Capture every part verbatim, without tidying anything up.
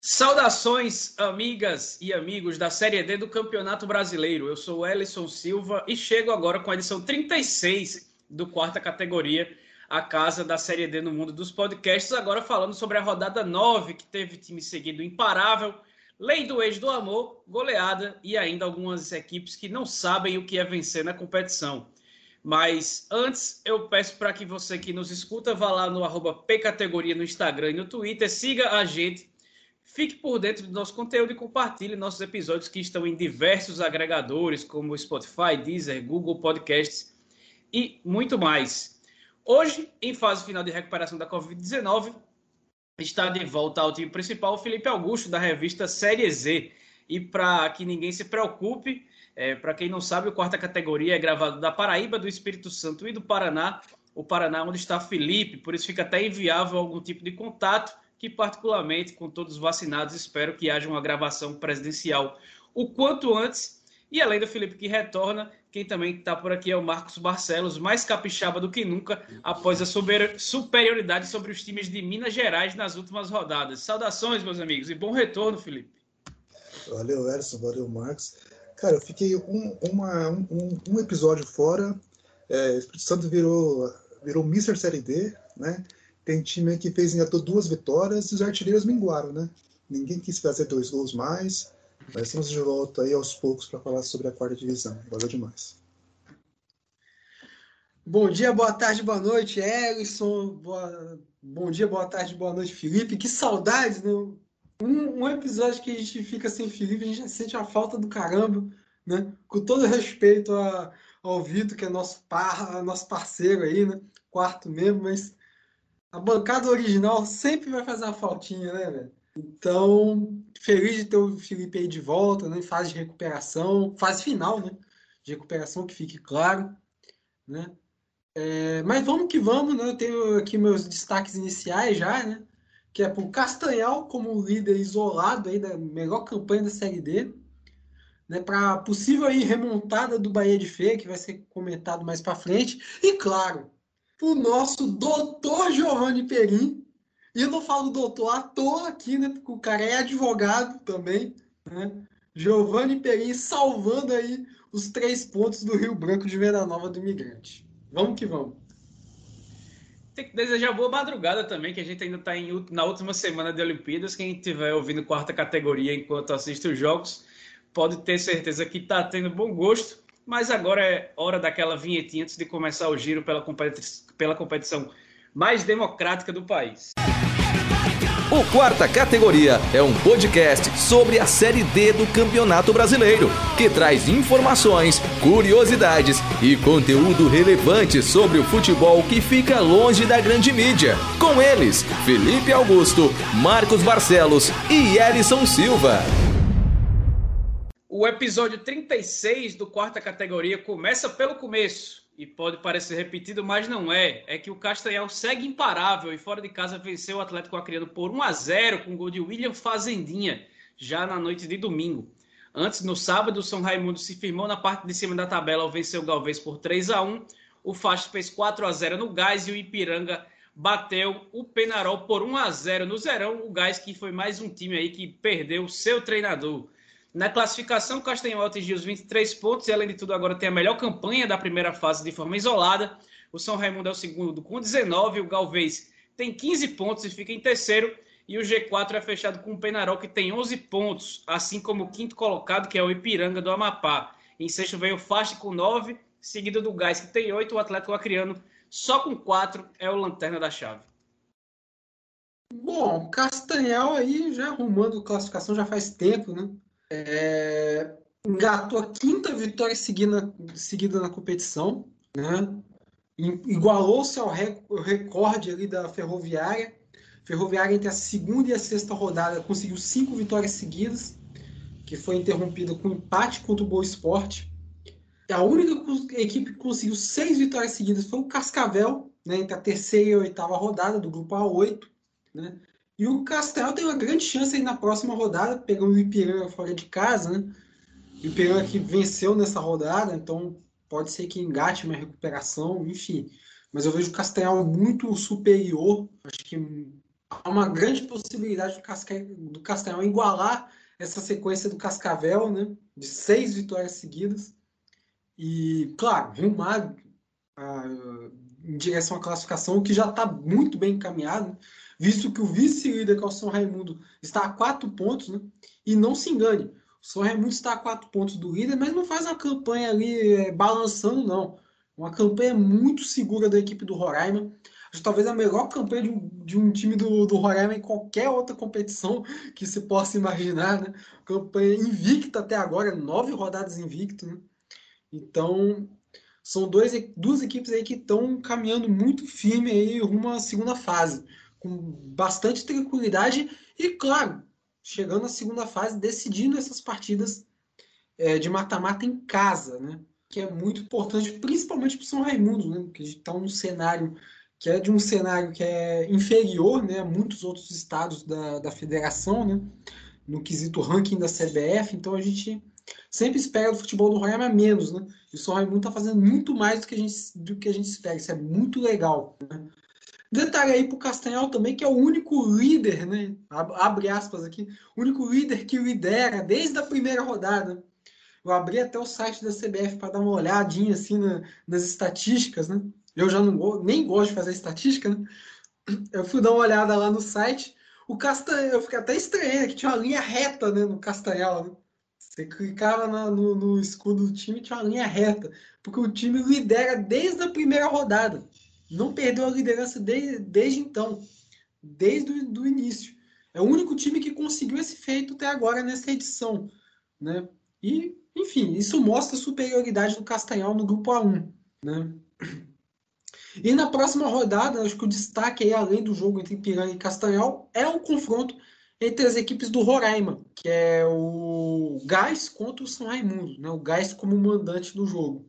Saudações, amigas e amigos da Série D do Campeonato Brasileiro. Eu sou o Ellison Silva e chego agora com a edição trinta e seis do Quarta Categoria, a casa da Série D no mundo dos podcasts, agora falando sobre a rodada nove, que teve time seguido imparável, lei do ex do amor, goleada e ainda algumas equipes que não sabem o que é vencer na competição. Mas antes, eu peço para que você que nos escuta vá lá no arroba pcategoria no Instagram e no Twitter, siga a gente, fique por dentro do nosso conteúdo e compartilhe nossos episódios que estão em diversos agregadores, como Spotify, Deezer, Google Podcasts e muito mais. Hoje, em fase final de recuperação da covid dezenove, está de volta ao time principal o Felipe Augusto, da revista Série Z. E para que ninguém se preocupe, é, para quem não sabe, o Quarta Categoria é gravado da Paraíba, do Espírito Santo e do Paraná. O Paraná onde está Felipe, por isso fica até inviável algum tipo de contato, que particularmente, com todos vacinados, espero que haja uma gravação presidencial o quanto antes. E além do Felipe que retorna, quem também está por aqui é o Marcos Barcelos, mais capixaba do que nunca, após a superioridade sobre os times de Minas Gerais nas últimas rodadas. Saudações, meus amigos, e bom retorno, Felipe. Valeu, Erson, valeu, Marcos. Cara, eu fiquei um, uma, um, um episódio fora, é, o Espírito Santo virou, virou mister Série D, né? Tem time que fez ainda duas vitórias e os artilheiros minguaram, né? Ninguém quis fazer dois gols mais. Mas estamos de volta aí aos poucos para falar sobre a quarta divisão. Valeu demais. Bom dia, boa tarde, boa noite, Ellison. Boa... Bom dia, boa tarde, boa noite, Felipe. Que saudades, né? Um, um episódio que a gente fica sem Felipe, a gente já sente a falta do caramba, né? Com todo respeito a, ao Vitor, que é nosso, par, nosso parceiro aí, né? Quarto mesmo, mas a bancada original sempre vai fazer uma faltinha, né, velho? Então, feliz de ter o Felipe aí de volta, né, em fase de recuperação, fase final, né, de recuperação, que fique claro, né. É, mas vamos que vamos, né, eu tenho aqui meus destaques iniciais já, né, que é para o Castanhal como líder isolado aí da melhor campanha da Série D, né, para possível aí remontada do Bahia de Feira, que vai ser comentado mais para frente, e claro, o nosso doutor Giovanni Perim. E eu não falo doutor à toa aqui, né? Porque o cara é advogado também, né? Giovanni Perim salvando aí os três pontos do Rio Branco de Venda Nova do Imigrante. Vamos que vamos. Tem que desejar boa madrugada também, que a gente ainda está na última semana de Olimpíadas. Quem estiver ouvindo Quarta Categoria enquanto assiste os jogos, pode ter certeza que está tendo bom gosto. Mas agora é hora daquela vinhetinha antes de começar o giro pela, competi- pela competição mais democrática do país. O Quarta Categoria é um podcast sobre a Série D do Campeonato Brasileiro, que traz informações, curiosidades e conteúdo relevante sobre o futebol que fica longe da grande mídia. Com eles, Felipe Augusto, Marcos Barcelos e Ellison Silva. O episódio trinta e seis do Quarta Categoria começa pelo começo. E pode parecer repetido, mas não é. É que o Castanhal segue imparável e fora de casa venceu o Atlético Acreano por um a zero com gol de William Fazendinha, já na noite de domingo. Antes, no sábado, o São Raimundo se firmou na parte de cima da tabela ao vencer o Galvez por três a um. O Fast fez quatro a zero no Gás e o Ipiranga bateu o Penarol por um a zero no Zerão. O Gás, que foi mais um time aí que perdeu seu treinador. Na classificação, o Castanhal atingiu os vinte e três pontos e, além de tudo, agora tem a melhor campanha da primeira fase de forma isolada. O São Raimundo é o segundo com dezenove, o Galvez tem quinze pontos e fica em terceiro. E o G quatro é fechado com o Penarol, que tem onze pontos, assim como o quinto colocado, que é o Ipiranga do Amapá. Em sexto vem o Fast com nove, seguido do Gás, que tem oito, o Atlético Acreano só com quatro é o lanterna da chave. Bom, Castanhal aí já arrumando classificação já faz tempo, né? É, engatou a quinta vitória seguida, seguida na competição, né? Igualou-se ao recorde ali da Ferroviária. Ferroviária, entre a segunda e a sexta rodada, conseguiu cinco vitórias seguidas, que foi interrompida com empate contra o Boa Esporte. A única equipe que conseguiu seis vitórias seguidas foi o Cascavel, né, entre a terceira e a oitava rodada do grupo A oito, né? E o Castanhal tem uma grande chance aí na próxima rodada, pegando o Ipiranga fora de casa, né? O Ipiranga que venceu nessa rodada, então pode ser que engate uma recuperação, enfim. Mas eu vejo o Castanhal muito superior, acho que há uma grande possibilidade do, Casca... do Castanhal igualar essa sequência do Cascavel, né, de seis vitórias seguidas. E, claro, rumar a, em direção à classificação, que já está muito bem encaminhado, visto que o vice-líder, que é o São Raimundo, está a quatro pontos, né? E não se engane, o São Raimundo está a quatro pontos do líder, mas não faz uma campanha ali é, balançando, não. Uma campanha muito segura da equipe do Roraima. Acho que talvez a melhor campanha de um, de um time do, do Roraima em qualquer outra competição que se possa imaginar, né? Campanha invicta até agora, nove rodadas invicto, né? Então, são dois, duas equipes aí que estão caminhando muito firme aí rumo à segunda fase, com bastante tranquilidade e, claro, chegando à segunda fase, decidindo essas partidas é, de mata-mata em casa, né? Que é muito importante, principalmente para o São Raimundo, né? Que a gente está num cenário que é de um cenário que é inferior, né, a muitos outros estados da, da federação, né? No quesito ranking da C B F, então a gente sempre espera do futebol do Roraima menos, né? E o São Raimundo está fazendo muito mais do que a gente, do que a gente espera. Isso é muito legal, né? Detalhe aí para o Castanhal também, que é o único líder, né? Abre aspas aqui, o único líder que lidera desde a primeira rodada. Eu abri até o site da C B F para dar uma olhadinha assim na, nas estatísticas, né? Eu já não nem gosto de fazer estatística, né? Eu fui dar uma olhada lá no site. O Castanhal, eu fiquei até estranho, que tinha uma linha reta, né, no Castanhal, né? Você clicava na, no, no escudo do time e tinha uma linha reta, porque o time lidera desde a primeira rodada. Não perdeu a liderança de, desde então, desde o do início. É o único time que conseguiu esse feito até agora nessa edição, né? E, enfim, isso mostra a superioridade do Castanhal no grupo A um, né? E na próxima rodada, acho que o destaque aí, além do jogo entre Ipiranga e Castanhal, é o confronto entre as equipes do Roraima, que é o Gás contra o São Raimundo, né? O Gás como mandante do jogo.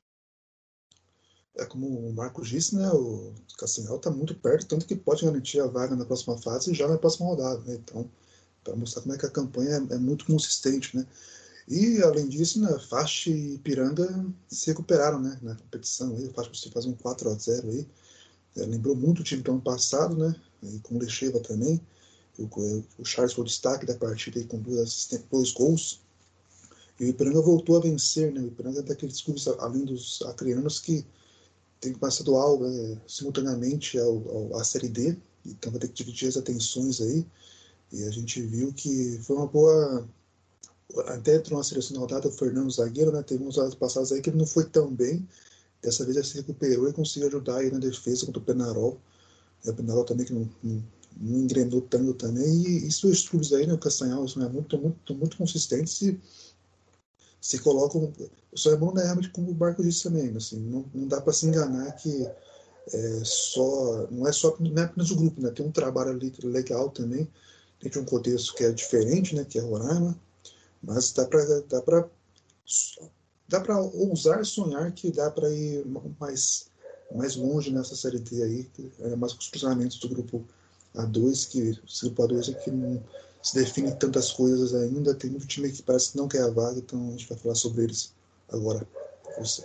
É como o Marcos disse, né? O Castanhal está muito perto, tanto que pode garantir a vaga na próxima fase e já na próxima rodada, né? Então, para mostrar como é que a campanha é, é muito consistente, né? E, além disso, né, Faixa e Ipiranga se recuperaram, né, na competição. Aí, o Faixa conseguiu fazer um quatro a zero aí. É, lembrou muito o time do ano passado, né? E com o Lecheva também. O, o Charles foi o destaque da partida aí, com duas, dois gols. E o Ipiranga voltou a vencer, né? O Ipiranga é daqueles clubes, além dos acreanos, que tem passado algo né, simultaneamente ao, ao, à Série D. Então vai ter que dividir as atenções aí. E a gente viu que foi uma boa... Até entrou uma seleção na rodada, o Fernando Zagueiro, né? Teve uns anos passados aí que ele não foi tão bem. Dessa vez ele se recuperou e conseguiu ajudar aí na defesa contra o Penarol. E o Penarol também que não, não, não engrenou tanto também. E isso os clubes aí, né? O Castanhal, isso é muito, muito, muito consistentes e se colocam. O São Raimundo é realmente como o Barco disse também, assim, não, não dá para se enganar que é só, não é só não é apenas o grupo, né? Tem um trabalho ali legal também, tem um contexto que é diferente, né? Que é Roraima. Mas dá para dá para dá para ousar sonhar que dá para ir mais mais longe nessa série D aí, é mais com os cruzamentos do grupo A dois, que o grupo A dois é que não se define tantas coisas ainda, tem muito time que parece que não quer a vaga, então a gente vai falar sobre eles agora com você.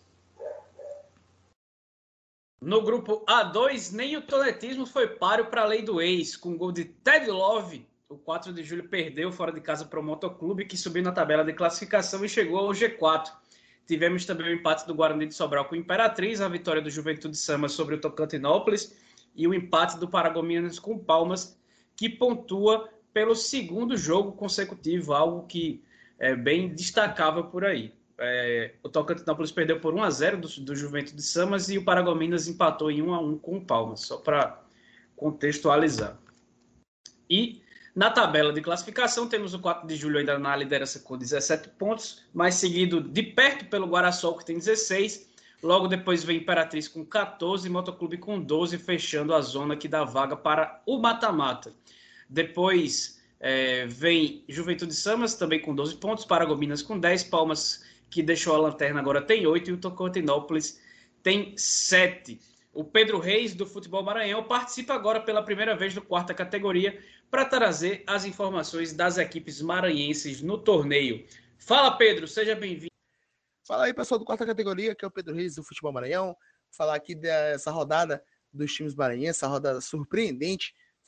No grupo A dois, nem o toletismo foi páreo para a lei do ex, com gol de Ted Love. O quatro de julho perdeu fora de casa para o Motoclube, que subiu na tabela de classificação e chegou ao G quatro. Tivemos também o empate do Guarani de Sobral com o Imperatriz, a vitória do Juventude Sama sobre o Tocantinópolis e o empate do Paragominas com o Palmas, que pontua pelo segundo jogo consecutivo, algo que é bem destacável por aí. É, o Tocantinópolis perdeu por um a zero do, do Juventude Samas e o Paragominas empatou em um a um com o Palmas, só para contextualizar. E na tabela de classificação, temos o quatro de julho ainda na liderança com dezessete pontos, mais seguido de perto pelo Guaraçol, que tem dezesseis. Logo depois vem Imperatriz com catorze, Motoclube com doze, fechando a zona que dá vaga para o mata-mata. Depois é, vem Juventude Samas, também com doze pontos, Paragominas com dez, Palmas, que deixou a lanterna, agora tem oito, e o Tocantinópolis tem sete. O Pedro Reis, do Futebol Maranhão, participa agora pela primeira vez do quarta categoria para trazer as informações das equipes maranhenses no torneio. Fala, Pedro, seja bem-vindo. Fala aí, pessoal do quarta categoria, que é o Pedro Reis, do Futebol Maranhão. Falar aqui dessa rodada dos times maranhenses, essa rodada surpreendente,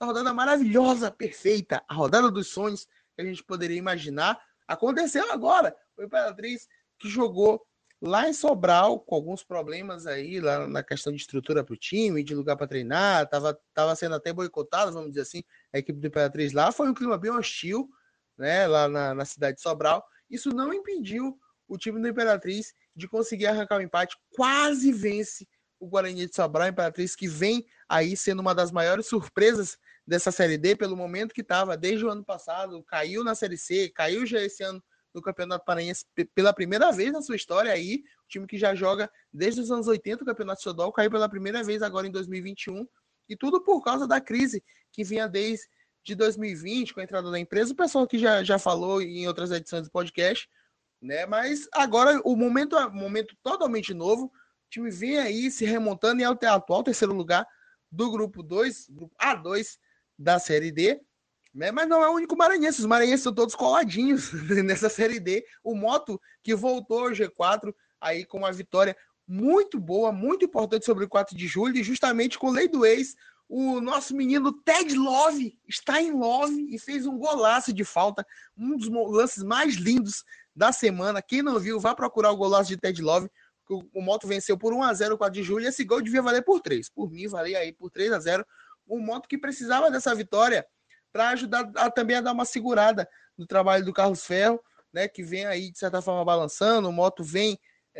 essa rodada maravilhosa, perfeita, a rodada dos sonhos que a gente poderia imaginar, aconteceu agora. O Imperatriz que jogou lá em Sobral, com alguns problemas aí, lá na questão de estrutura para o time, de lugar para treinar, estava tava sendo até boicotado, vamos dizer assim, a equipe do Imperatriz lá. Foi um clima bem hostil, né, lá na, na cidade de Sobral. Isso não impediu o time do Imperatriz de conseguir arrancar o empate, quase vence o Guarani de Sobral. Imperatriz que vem aí sendo uma das maiores surpresas dessa Série D, pelo momento que estava desde o ano passado, caiu na Série C, caiu já esse ano no Campeonato Paraense pela primeira vez na sua história aí, o time que já joga desde os anos oitenta o Campeonato Estadual, caiu pela primeira vez agora em dois mil e vinte e um, e tudo por causa da crise que vinha desde de dois mil e vinte, com a entrada da empresa, o pessoal que já, já falou em outras edições do podcast, né? Mas agora o momento é um momento totalmente novo, o time vem aí se remontando e é o atual terceiro lugar do grupo dois, grupo A dois da Série D, né? Mas não é o único maranhense, os maranhenses estão todos coladinhos nessa Série D. O Moto, que voltou ao G quatro, aí com uma vitória muito boa, muito importante sobre o quatro de julho, e justamente com lei do ex, o nosso menino Ted Love está em Love e fez um golaço de falta, um dos lances mais lindos da semana. Quem não viu, vá procurar o golaço de Ted Love. O, o Moto venceu por um a zero o quatro de julho, e esse gol devia valer por três. Por mim, valia aí por três a zero. O Moto que precisava dessa vitória para ajudar a, também a dar uma segurada no trabalho do Carlos Ferro, né, que vem aí, de certa forma, balançando. O Moto vem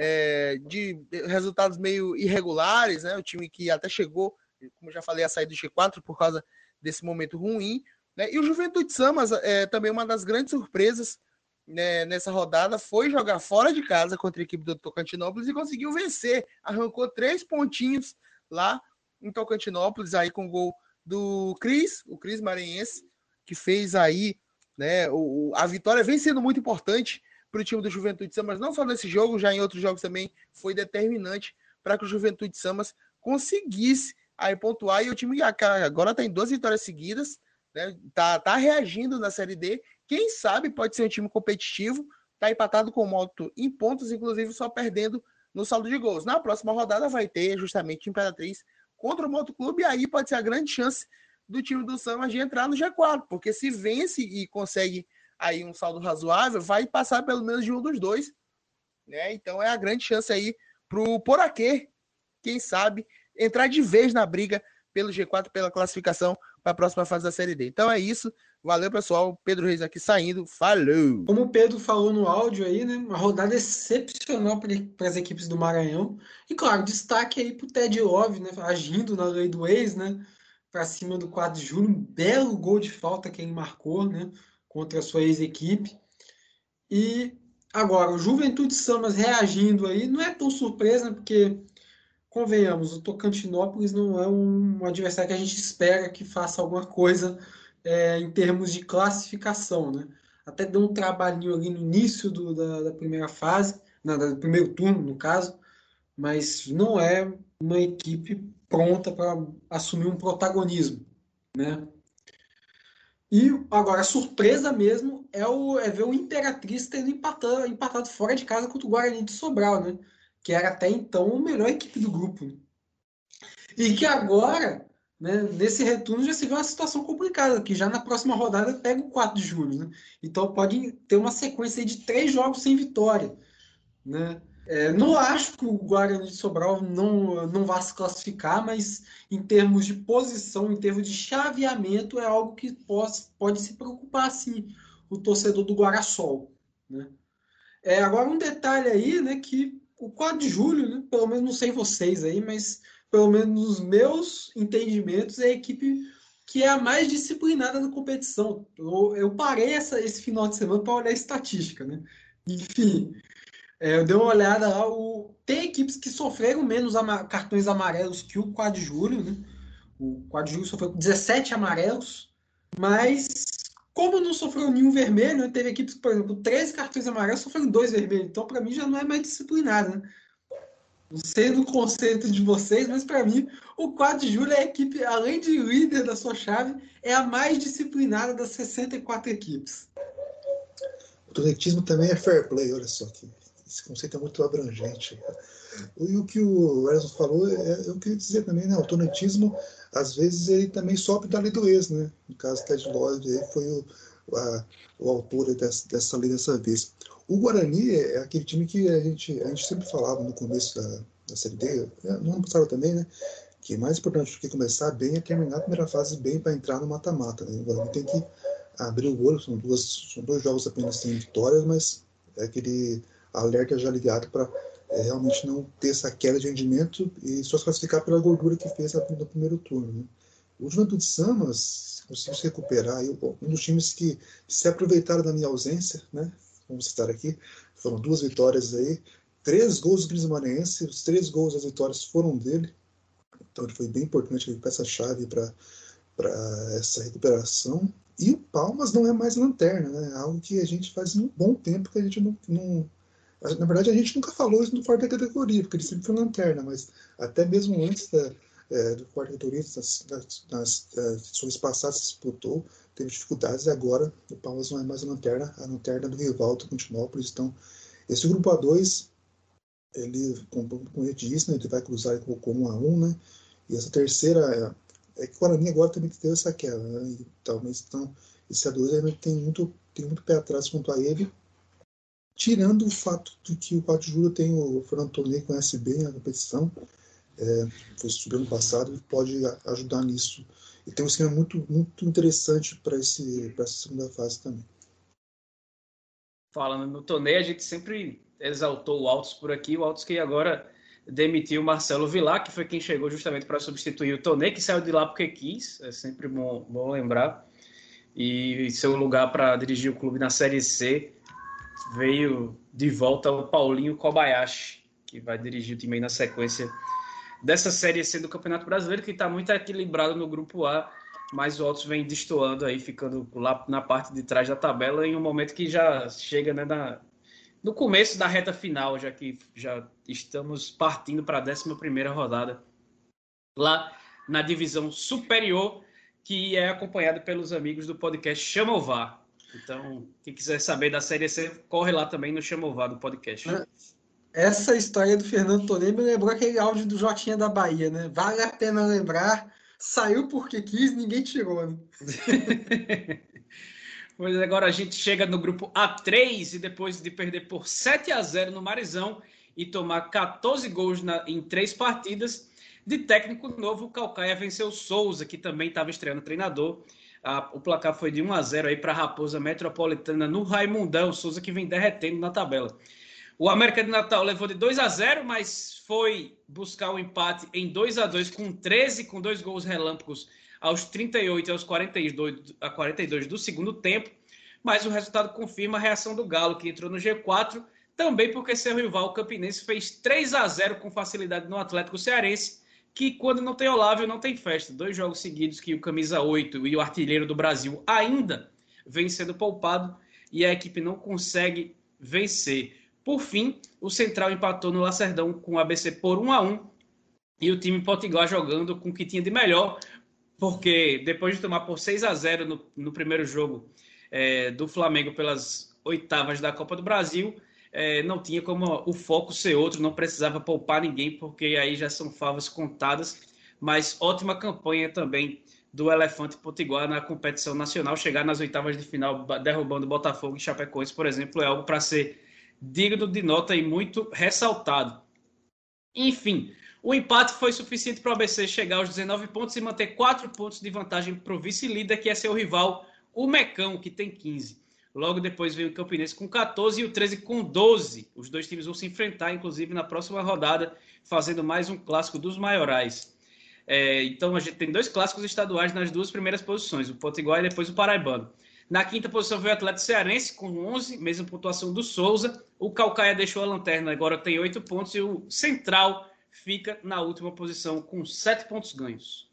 é, de resultados meio irregulares, né, o time que até chegou, como já falei, a sair do G quatro por causa desse momento ruim, né, e o Juventude Samas, é, também uma das grandes surpresas, né, nessa rodada, foi jogar fora de casa contra a equipe do Tocantinópolis e conseguiu vencer, arrancou três pontinhos lá em Tocantinópolis, aí com o gol do Cris, o Cris Maranhense, que fez aí, né, o, a vitória vem sendo muito importante para o time do Juventude Samas, não só nesse jogo, já em outros jogos também foi determinante para que o Juventude Samas conseguisse aí pontuar, e o time agora está em duas vitórias seguidas, né, tá, tá reagindo na Série D, quem sabe pode ser um time competitivo, tá empatado com o Moto em pontos, inclusive só perdendo no saldo de gols. Na próxima rodada vai ter justamente Imperatriz contra o Moto Clube, e aí pode ser a grande chance do time do Samas de entrar no G quatro, porque se vence e consegue aí um saldo razoável, vai passar pelo menos de um dos dois, né? Então é a grande chance aí pro Poraquê, quem sabe, entrar de vez na briga pelo G quatro, pela classificação para a próxima fase da Série D. Então é isso, valeu pessoal, Pedro Reis aqui saindo, falou! Como o Pedro falou no áudio aí, né, uma rodada excepcional para as equipes do Maranhão, e claro, destaque aí para o Ted Love, né, agindo na lei do ex, né, para cima do quatro de julho, um belo gol de falta que ele marcou, né, contra a sua ex-equipe. E agora, o Juventude Samas reagindo aí, não é tão surpresa, né, porque convenhamos, o Tocantinópolis não é um adversário que a gente espera que faça alguma coisa é, em termos de classificação, né? Até deu um trabalhinho ali no início do, da, da primeira fase, não, do primeiro turno, no caso, mas não é uma equipe pronta para assumir um protagonismo, né? E agora, a surpresa mesmo é, o, é ver o Imperatriz tendo empatado, empatado fora de casa contra o Guarani de Sobral, né? Que era até então a melhor equipe do grupo. E que agora, né, nesse retorno, já se vê uma situação complicada, que já na próxima rodada pega o quatro de julho. Né? Então pode ter uma sequência de três jogos sem vitória. Né? É, não acho que o Guarani de Sobral não, não vá se classificar, mas em termos de posição, em termos de chaveamento, é algo que pode, pode se preocupar, sim, o torcedor do Guarasol. Né? É, agora um detalhe aí, né, que o quatro de julho, né, pelo menos não sei vocês aí, mas pelo menos nos meus entendimentos, é a equipe que é a mais disciplinada da competição. Eu, eu parei essa, esse final de semana para olhar a estatística. Né? Enfim, é, eu dei uma olhada lá. O, tem equipes que sofreram menos ama, cartões amarelos que o quatro de julho. Né? O quatro de julho sofreu dezessete amarelos, mas como não sofreu nenhum vermelho, né? Teve equipes que, por exemplo, treze cartões amarelos sofreram dois vermelhos. Então, para mim, já não é mais disciplinado. Né? Não sei do conceito de vocês, mas para mim, o quatro de julho é a equipe, além de líder da sua chave, é a mais disciplinada das sessenta e quatro equipes. O atletismo também é fair play, olha só. Que esse conceito é muito abrangente. E o que o Erson falou, é, eu queria dizer também, né? O tonetismo, às vezes, ele também sofre da lei do ex, né? No caso, Ted Lloyd foi o, a, o autor dessa, dessa lei dessa vez. O Guarani é aquele time que a gente, a gente sempre falava no começo da, da Série D, no ano passado também, né? Que é mais importante do que começar bem é terminar a primeira fase bem para entrar no mata-mata, né? O Guarani tem que abrir o olho, são, duas, são dois jogos apenas sem vitórias, mas é aquele alerta já ligado para é, realmente não ter essa queda de rendimento e só se classificar pela gordura que fez no primeiro turno. Né? O Juventude Samas conseguiu se recuperar, aí, um dos times que se aproveitaram da minha ausência, né? Vamos citar aqui, foram duas vitórias aí, três gols do Cris Maranhense, os três gols das vitórias foram dele, então ele foi bem importante, ele peça-chave para essa recuperação. E o Palmas não é mais lanterna, né? Algo que a gente faz um bom tempo que a gente não, não... Na verdade, a gente nunca falou isso no quarta categoria, porque ele sempre foi lanterna, mas até mesmo antes da, é, do quarta categoria, nas, nas, nas edições passadas se disputou, teve dificuldades, e agora o Palmas não é mais a lanterna, a lanterna do rival do Continópolis. Então, esse grupo A dois, ele, como eu disse, né, ele vai cruzar com um a um, né? E essa terceira... É que o Guarani agora também teve essa queda, né? E, talvez, então, esse A dois ainda tem muito, tem muito pé atrás quanto a ele, tirando o fato de que o quatro de julho tem o Fernando Tonê, conhece bem a competição, é, foi subindo no passado e pode ajudar nisso. E tem um esquema muito, muito interessante para essa segunda fase também. Falando no Tonê, a gente sempre exaltou o Altos por aqui, o Altos que agora demitiu o Marcelo Vilar, que foi quem chegou justamente para substituir o Tonê, que saiu de lá porque quis, é sempre bom, bom lembrar, e seu lugar para dirigir o clube na Série C veio de volta o Paulinho Kobayashi, que vai dirigir o time aí na sequência dessa Série C do Campeonato Brasileiro, que está muito equilibrado no Grupo A, mas o Altos vem destoando aí, ficando lá na parte de trás da tabela, em um momento que já chega, né, na... no começo da reta final, já que já estamos partindo para a décima primeira rodada lá na divisão superior, que é acompanhada pelos amigos do podcast Chama o V A R. Então, quem quiser saber da Série C, corre lá também no Chama o V A R do podcast. Essa história do Fernando Tonê me lembrou aquele áudio do Jotinha da Bahia, né? Vale a pena lembrar, saiu porque quis, ninguém tirou, né? Pois agora a gente chega no grupo A três e depois de perder por sete a zero no Marizão e tomar quatorze gols na, em três partidas, de técnico novo, o Caucaia venceu o Souza, que também estava estreando treinador. A, o placar foi de um a zero para a Raposa Metropolitana no Raimundão, o Souza que vem derretendo na tabela. O América de Natal levou de dois a zero, mas foi buscar o empate em dois a dois com treze, com dois gols relâmpagos aos trinta e oito e aos quarenta e dois, a quarenta e dois do segundo tempo, mas o resultado confirma a reação do Galo, que entrou no G quatro, também porque seu rival, o Campinense, fez três a zero com facilidade no Atlético Cearense, que quando não tem Olávio não tem festa. Dois jogos seguidos que o camisa oito e o artilheiro do Brasil ainda vem sendo poupado e a equipe não consegue vencer. Por fim, o Central empatou no Lacerdão com o A B C por um a um e o time potiguar jogando com o que tinha de melhor, porque depois de tomar por seis a zero no, no primeiro jogo é, do Flamengo pelas oitavas da Copa do Brasil, é, não tinha como o foco ser outro, não precisava poupar ninguém, porque aí já são favas contadas, mas ótima campanha também do Elefante Potiguar na competição nacional, chegar nas oitavas de final derrubando Botafogo e Chapecoense, por exemplo, é algo para ser digno de nota e muito ressaltado. Enfim, o empate foi suficiente para o A B C chegar aos dezenove pontos e manter quatro pontos de vantagem para o vice-líder, que é seu rival, o Mecão, que tem quinze. Logo depois veio o Campinense com quatorze e o treze com doze. Os dois times vão se enfrentar, inclusive, na próxima rodada, fazendo mais um clássico dos maiorais. É, então, a gente tem dois clássicos estaduais nas duas primeiras posições, o Potiguar e depois o Paraibano. Na quinta posição veio o Atlético Cearense, com onze, mesma pontuação do Souza. O Caucaia deixou a lanterna, agora tem oito pontos, e o Central fica na última posição com sete pontos ganhos.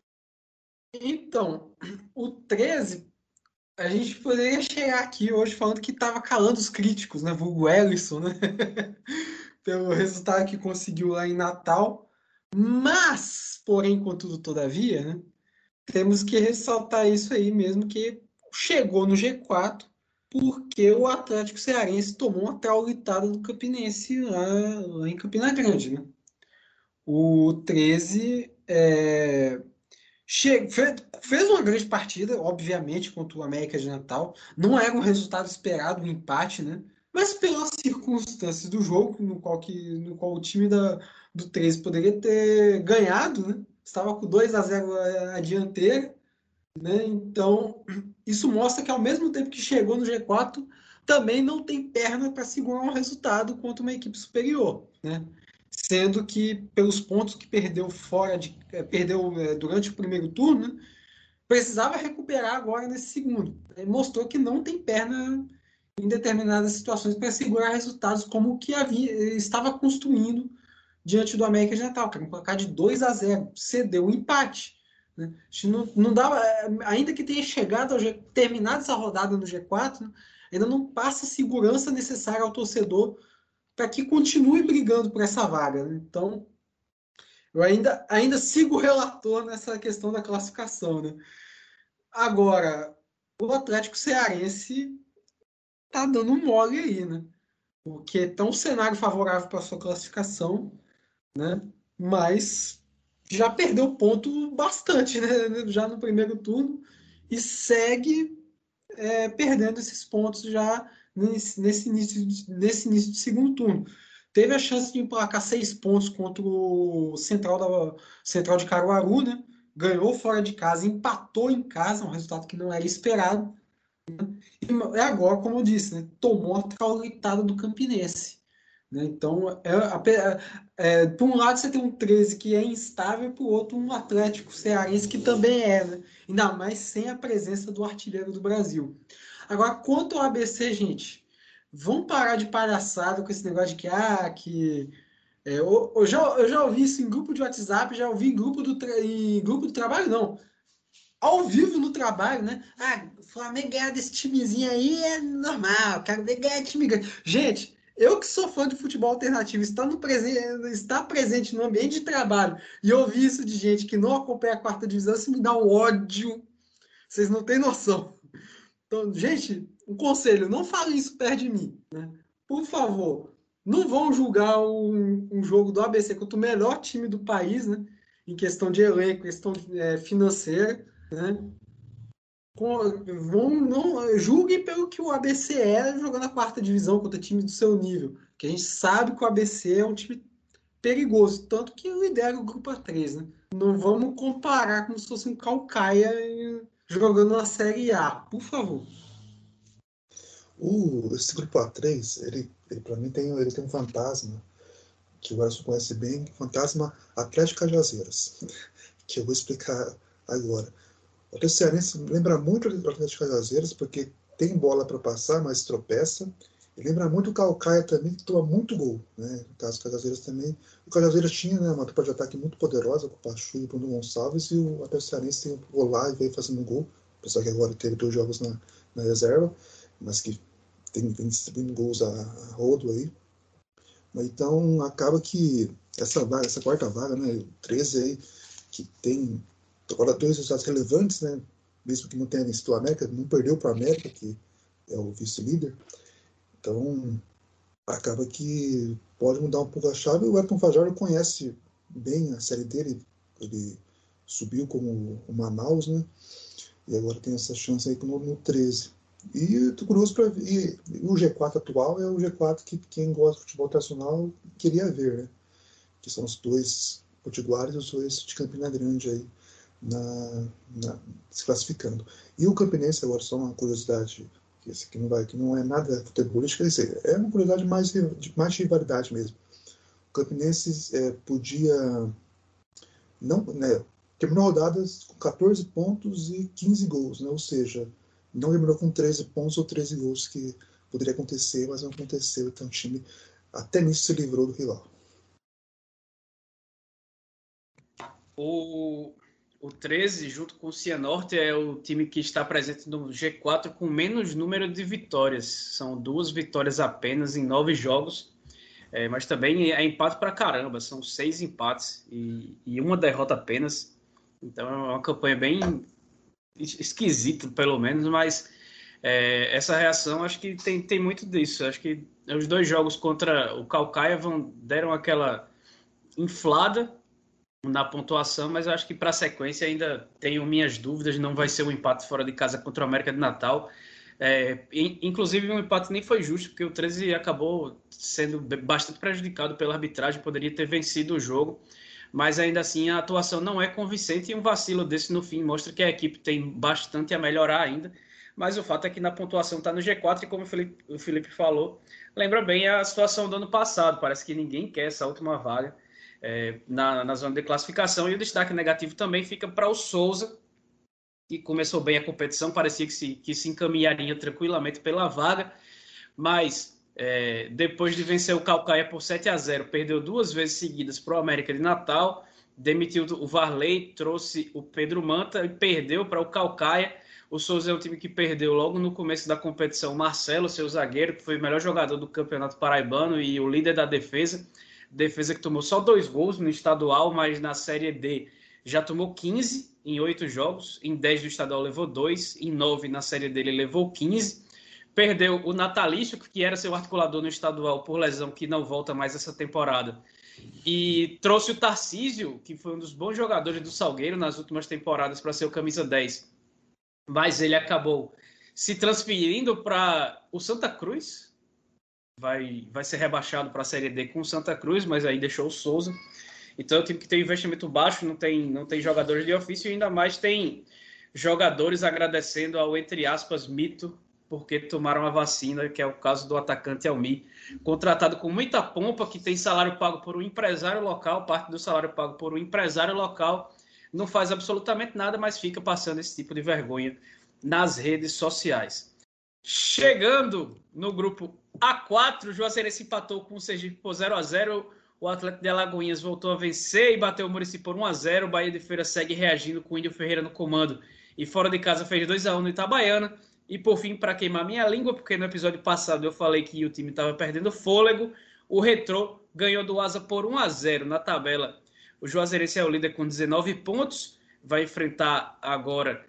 Então, o treze, a gente poderia chegar aqui hoje falando que estava calando os críticos, né? Vulgo Ellison, né? Pelo resultado que conseguiu lá em Natal. Mas, porém, contudo, todavia, né? Temos que ressaltar isso aí mesmo, que chegou no G quatro porque o Atlético Cearense tomou uma traulitada do Campinense lá, lá em Campina Grande, né? O treze é, che- fe- fez uma grande partida, obviamente, contra o América de Natal. Não era um resultado esperado, um empate, né? Mas pelas circunstâncias do jogo, no qual, que, no qual o time da, do treze poderia ter ganhado, né? Estava com dois a zero a, a dianteira, né? Então, isso mostra que ao mesmo tempo que chegou no G quatro, também não tem perna para segurar um resultado contra uma equipe superior, né? Sendo que pelos pontos que perdeu fora de eh, perdeu eh, durante o primeiro turno, né, precisava recuperar agora nesse segundo. Ele mostrou que não tem perna em determinadas situações para segurar resultados como o que havia estava construindo diante do América de Natal, que era um placar de dois a zero, cedeu um empate. Né? Não, não dava, ainda que tenha chegado ao G, terminado essa rodada no G quatro, né, ainda não passa a segurança necessária ao torcedor para que continue brigando por essa vaga. Né? Então, eu ainda, ainda sigo o relator nessa questão da classificação. Né? Agora, o Atlético Cearense tá dando um mole aí, né? Porque tá um cenário favorável para sua classificação, né? Mas já perdeu ponto bastante, né? Já no primeiro turno e segue é, perdendo esses pontos já nesse, nesse, início, de- nesse início de segundo turno. Teve a chance de emplacar seis pontos contra o Central, da, Central de Caruaru, né? Ganhou fora de casa, empatou em casa, um resultado que não era esperado. E é agora, como eu disse, né? Tomou a traulitada do Campinense. Né? Então, é, é, por um lado você tem um treze que é instável, por outro um Atlético Cearense que também é, né? Ainda mais sem a presença do artilheiro do Brasil. Agora, quanto ao A B C, gente, vamos parar de palhaçada com esse negócio de que, ah, que... É, eu, eu, já, eu já ouvi isso em grupo de WhatsApp, já ouvi em grupo do, tra... em grupo do trabalho, não. Ao vivo no trabalho, né? Ah, o Flamengo ganhar desse timezinho aí é normal, quero ver ganhar time grande. Gente, eu que sou fã de futebol alternativo, estando presente, estar presente no ambiente de trabalho e ouvir isso de gente que não acompanha a quarta divisão, isso me dá um ódio. Vocês não têm noção. Então, gente, um conselho, não fale isso perto de mim, né? Por favor, não vão julgar um, um jogo do A B C contra o melhor time do país, né? Em questão de elenco, questão é, financeira, né? Vão, não, julguem pelo que o A B C é jogando a quarta divisão contra times do seu nível. Que a gente sabe que o A B C é um time perigoso, tanto que lidera o grupo A três, né? Não vamos comparar como se fosse um Calcaia jogando na Série A, por favor. O, esse grupo A três, ele, ele para mim tem, ele tem um fantasma que o Erson conhece bem, fantasma Atlético Cajazeiras, que eu vou explicar agora. O Atlético Cearense lembra muito do Atlético Cajazeiras, porque tem bola para passar, mas tropeça. E lembra muito o Calcaia também, que toma muito gol. Né? No caso do Cajazeiras também. O Cajazeiras tinha, né, uma dupla de ataque muito poderosa, com o Pachu e o Bruno Gonçalves, e o Atlético Cearense tem o Olá e veio fazendo gol, apesar que agora teve dois jogos na, na reserva, mas que tem, vem distribuindo gols a, a rodo aí. Então acaba que essa vaga, essa quarta vaga, né, treze aí, que tem agora dois resultados relevantes, né, mesmo que não tenha vencido o América, não perdeu para o América, que é o vice-líder. Então acaba que pode mudar um pouco a chave. O Ayrton Fajardo conhece bem a série dele, ele subiu como o Manaus, né, e agora tem essa chance aí no, no treze. E estou curioso para ver. E o G quatro atual é o G quatro que quem gosta de futebol tradicional queria ver, né? Que são os dois potiguares e os dois de Campina Grande aí na, na, se classificando. E o Campinense, agora, só uma curiosidade, que, esse aqui não, vai, que não é nada futebolística, é uma curiosidade mais de mais rivalidade mesmo. O Campinense é, podia. Não, né, terminou rodadas com catorze pontos e quinze gols, né? Ou seja, não terminou com treze pontos ou treze gols, que poderia acontecer, mas não aconteceu. Então o time até nisso se livrou do rival. O, o treze, junto com o Cianorte, é o time que está presente no G quatro com menos número de vitórias. São duas vitórias apenas em nove jogos. É, mas também é empate pra caramba. São seis empates e, e uma derrota apenas. Então é uma campanha bem esquisita, pelo menos, mas É, essa reação, acho que tem, tem muito disso. Acho que os dois jogos contra o Caucaia vão, deram aquela inflada na pontuação, mas eu acho que para a sequência ainda tenho minhas dúvidas. Não vai ser um empate fora de casa contra o América de Natal. É, inclusive, um empate nem foi justo, porque o treze acabou sendo bastante prejudicado pela arbitragem, poderia ter vencido o jogo, mas ainda assim a atuação não é convincente e um vacilo desse no fim mostra que a equipe tem bastante a melhorar ainda. Mas o fato é que na pontuação está no G quatro e como o Felipe, o Felipe falou, lembra bem a situação do ano passado. Parece que ninguém quer essa última vaga é, na, na zona de classificação. E o destaque negativo também fica para o Souza, que começou bem a competição, parecia que se, que se encaminharia tranquilamente pela vaga, mas é, depois de vencer o Caucaia por sete a zero, perdeu duas vezes seguidas para o América de Natal, demitiu o Varley, trouxe o Pedro Manta e perdeu para o Caucaia. O Souza é um time que perdeu logo no começo da competição Marcelo, seu zagueiro, que foi o melhor jogador do Campeonato Paraibano e o líder da defesa. Defesa que tomou só dois gols no estadual, mas na Série D já tomou quinze em oito jogos. Em dez do estadual levou dois, em nove na Série D ele levou quinze. Perdeu o Natalício, que era seu articulador no estadual por lesão, que não volta mais essa temporada. E trouxe o Tarcísio, que foi um dos bons jogadores do Salgueiro nas últimas temporadas, para ser o camisa dez. Mas ele acabou se transferindo para o Santa Cruz. Vai, vai ser rebaixado para a Série D com o Santa Cruz, mas aí deixou o Souza. Então é um time que tem investimento baixo, não tem, não tem jogadores de ofício e ainda mais tem jogadores agradecendo ao, entre aspas, mito, porque tomaram a vacina, que é o caso do atacante Almi, contratado com muita pompa, que tem salário pago por um empresário local, parte do salário pago por um empresário local, não faz absolutamente nada, mas fica passando esse tipo de vergonha nas redes sociais. Chegando no grupo A quatro, o Juazeirense empatou com o Sergipe por zero a zero, o Atlético de Alagoinhas voltou a vencer e bateu o Muricy por um a zero, o Bahia de Feira segue reagindo com o Índio Ferreira no comando e fora de casa fez dois a um no Itabaiana. E por fim, para queimar minha língua, porque no episódio passado eu falei que o time estava perdendo fôlego, o Retrô ganhou do Asa por um a zero na tabela. O Juazeirense é o líder com dezenove pontos, vai enfrentar agora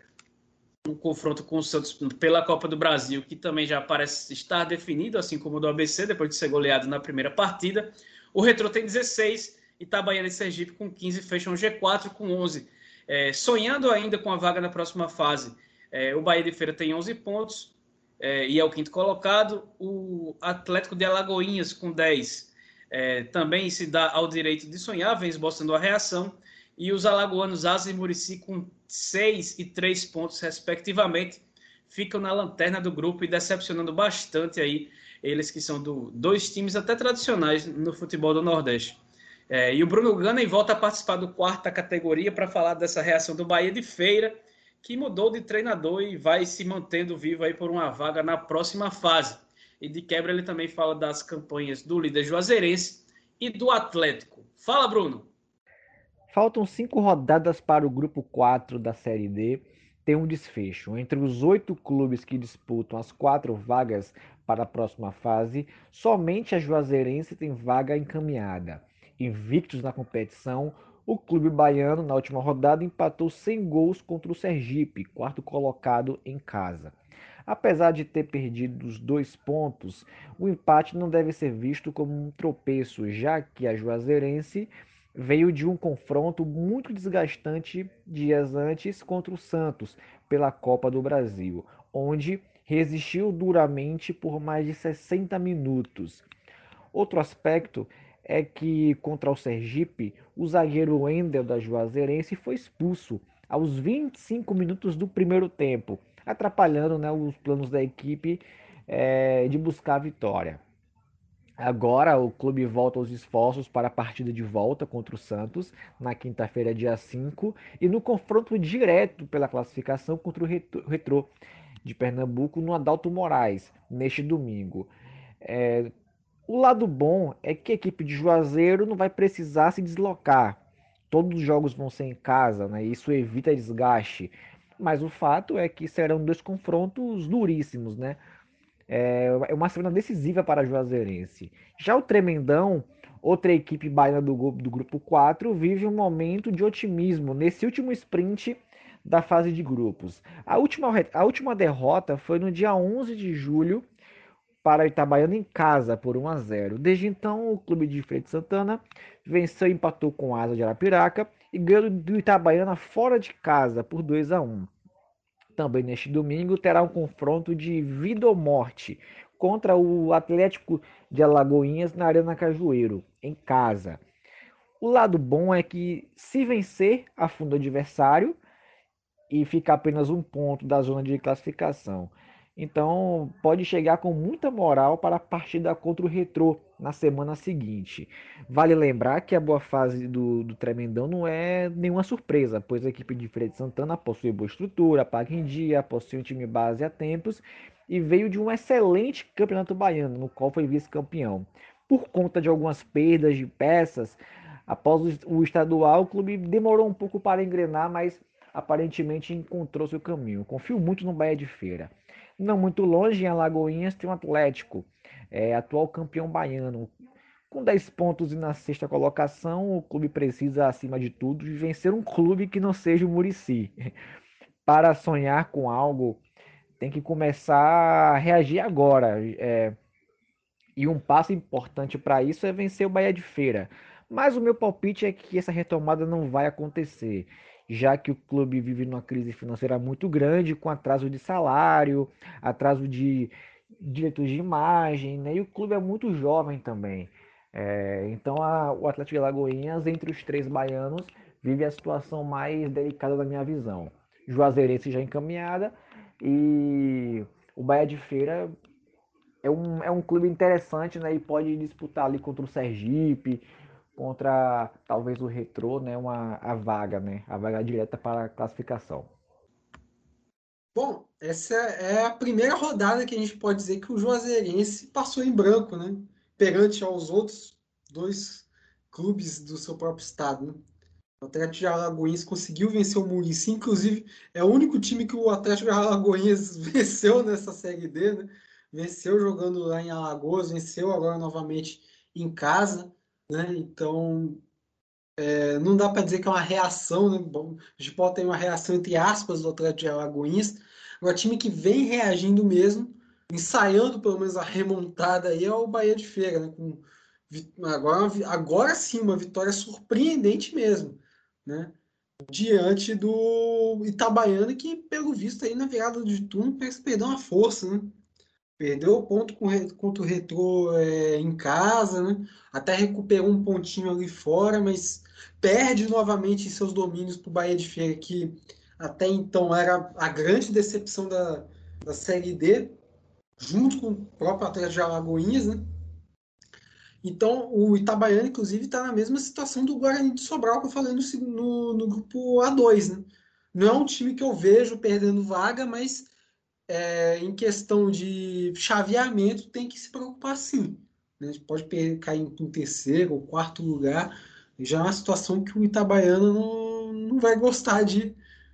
um confronto com o Santos pela Copa do Brasil, que também já parece estar definido, assim como o do A B C, depois de ser goleado na primeira partida. O Retrô tem dezesseis, Itabaiana e Sergipe com quinze, fecham o G quatro com onze. É, sonhando ainda com a vaga na próxima fase, é, o Bahia de Feira tem onze pontos é, e é o quinto colocado. O Atlético de Alagoinhas com dez é, também se dá ao direito de sonhar, vem esboçando a reação. E os alagoanos Asa e Muricy com seis e três pontos, respectivamente, ficam na lanterna do grupo e decepcionando bastante aí eles que são do, dois times até tradicionais no futebol do Nordeste. É, e o Bruno Ganem volta a participar do quarta categoria para falar dessa reação do Bahia de Feira, que mudou de treinador e vai se mantendo vivo aí por uma vaga na próxima fase. E de quebra ele também fala das campanhas do líder Juazeirense e do Atlético. Fala, Bruno! Faltam cinco rodadas para o grupo quatro da Série D ter um desfecho. Entre os oito clubes que disputam as quatro vagas para a próxima fase, somente a Juazeirense tem vaga encaminhada. Invictos na competição, o clube baiano, na última rodada, empatou sem gols contra o Sergipe, quarto colocado em casa. Apesar de ter perdido os dois pontos, o empate não deve ser visto como um tropeço, já que a Juazeirense veio de um confronto muito desgastante dias antes contra o Santos pela Copa do Brasil, onde resistiu duramente por mais de sessenta minutos. Outro aspecto é que contra o Sergipe, o zagueiro Wendel da Juazeirense foi expulso aos vinte e cinco minutos do primeiro tempo, atrapalhando, né, os planos da equipe é, de buscar a vitória. Agora o clube volta aos esforços para a partida de volta contra o Santos, na quinta-feira, dia cinco, e no confronto direto pela classificação contra o Retrô de Pernambuco, no Adalto Moraes, neste domingo. É, o lado bom é que a equipe de Juazeiro não vai precisar se deslocar. Todos os jogos vão ser em casa, né? Isso evita desgaste. Mas o fato é que serão dois confrontos duríssimos, né? É uma semana decisiva para a Juazeirense. Já o Tremendão, outra equipe baiana do, do grupo quatro, vive um momento de otimismo nesse último sprint da fase de grupos. A última, a última derrota foi no dia onze de julho para o Itabaiana em casa por um a zero. Desde então, o clube de Feira de Santana venceu e empatou com a Asa de Arapiraca e ganhou do Itabaiana fora de casa por dois a um. Também neste domingo terá um confronto de vida ou morte contra o Atlético de Alagoinhas na Arena Cajueiro, em casa. O lado bom é que, se vencer, afunda o adversário e fica apenas um ponto da zona de classificação. Então, pode chegar com muita moral para a partida contra o Retrô na semana seguinte. Vale lembrar que a boa fase do, do Tremendão não é nenhuma surpresa, pois a equipe de Feira de Santana possui boa estrutura, paga em dia, possui um time base há tempos e veio de um excelente campeonato baiano, no qual foi vice-campeão. Por conta de algumas perdas de peças, após o estadual, o clube demorou um pouco para engrenar, mas aparentemente encontrou seu caminho. Confio muito no Bahia de Feira. Não muito longe, em Alagoinhas, tem um Atlético, é, atual campeão baiano. Com dez pontos e na sexta colocação, o clube precisa, acima de tudo, de vencer um clube que não seja o Murici. Para sonhar com algo, tem que começar a reagir agora. É, e um passo importante para isso é vencer o Bahia de Feira. Mas o meu palpite é que essa retomada não vai acontecer, já que o clube vive numa crise financeira muito grande, com atraso de salário, atraso de direitos de imagem, né? E o clube é muito jovem também. É, então a, o Atlético de Alagoinhas, entre os três baianos, vive a situação mais delicada da minha visão. Juazeirense já encaminhada e o Bahia de Feira é um, é um clube interessante, né? E pode disputar ali contra o Sergipe, contra talvez o Retrô, né, uma, a vaga, né, a vaga direta para a classificação. Bom, essa é a primeira rodada que a gente pode dizer que o Juazeirense passou em branco, né, perante aos outros dois clubes do seu próprio estado, né? O Atlético de Alagoinhas conseguiu vencer o Murici, inclusive é o único time que o Atlético de Alagoinhas venceu nessa Série D, né? Venceu jogando lá em Alagoas, venceu agora novamente em casa, né? Então, é, não dá para dizer que é uma reação, né? Bom, a gente pode ter uma reação entre aspas do Atlético de Alagoinhas. Agora, time que vem reagindo mesmo, ensaiando pelo menos a remontada aí, é o Bahia de Feira, né? Com, agora, agora sim, uma vitória surpreendente mesmo, né? Diante do Itabaiana, que pelo visto aí na virada de turno parece que perdeu uma força, né? Perdeu o ponto com, contra o Retrô é, em casa, né? Até recuperou um pontinho ali fora, mas perde novamente seus domínios para o Bahia de Feira, que até então era a grande decepção da, da Série D, junto com o próprio Atlético de Alagoinhas, né? Então, o Itabaiana, inclusive, está na mesma situação do Guarani de Sobral, que eu falei no, no, no grupo A dois, né? Não é um time que eu vejo perdendo vaga, mas é, em questão de chaveamento, tem que se preocupar sim, né? A gente pode cair em um terceiro ou quarto lugar, já é uma situação que o Itabaiana não, não vai gostar de,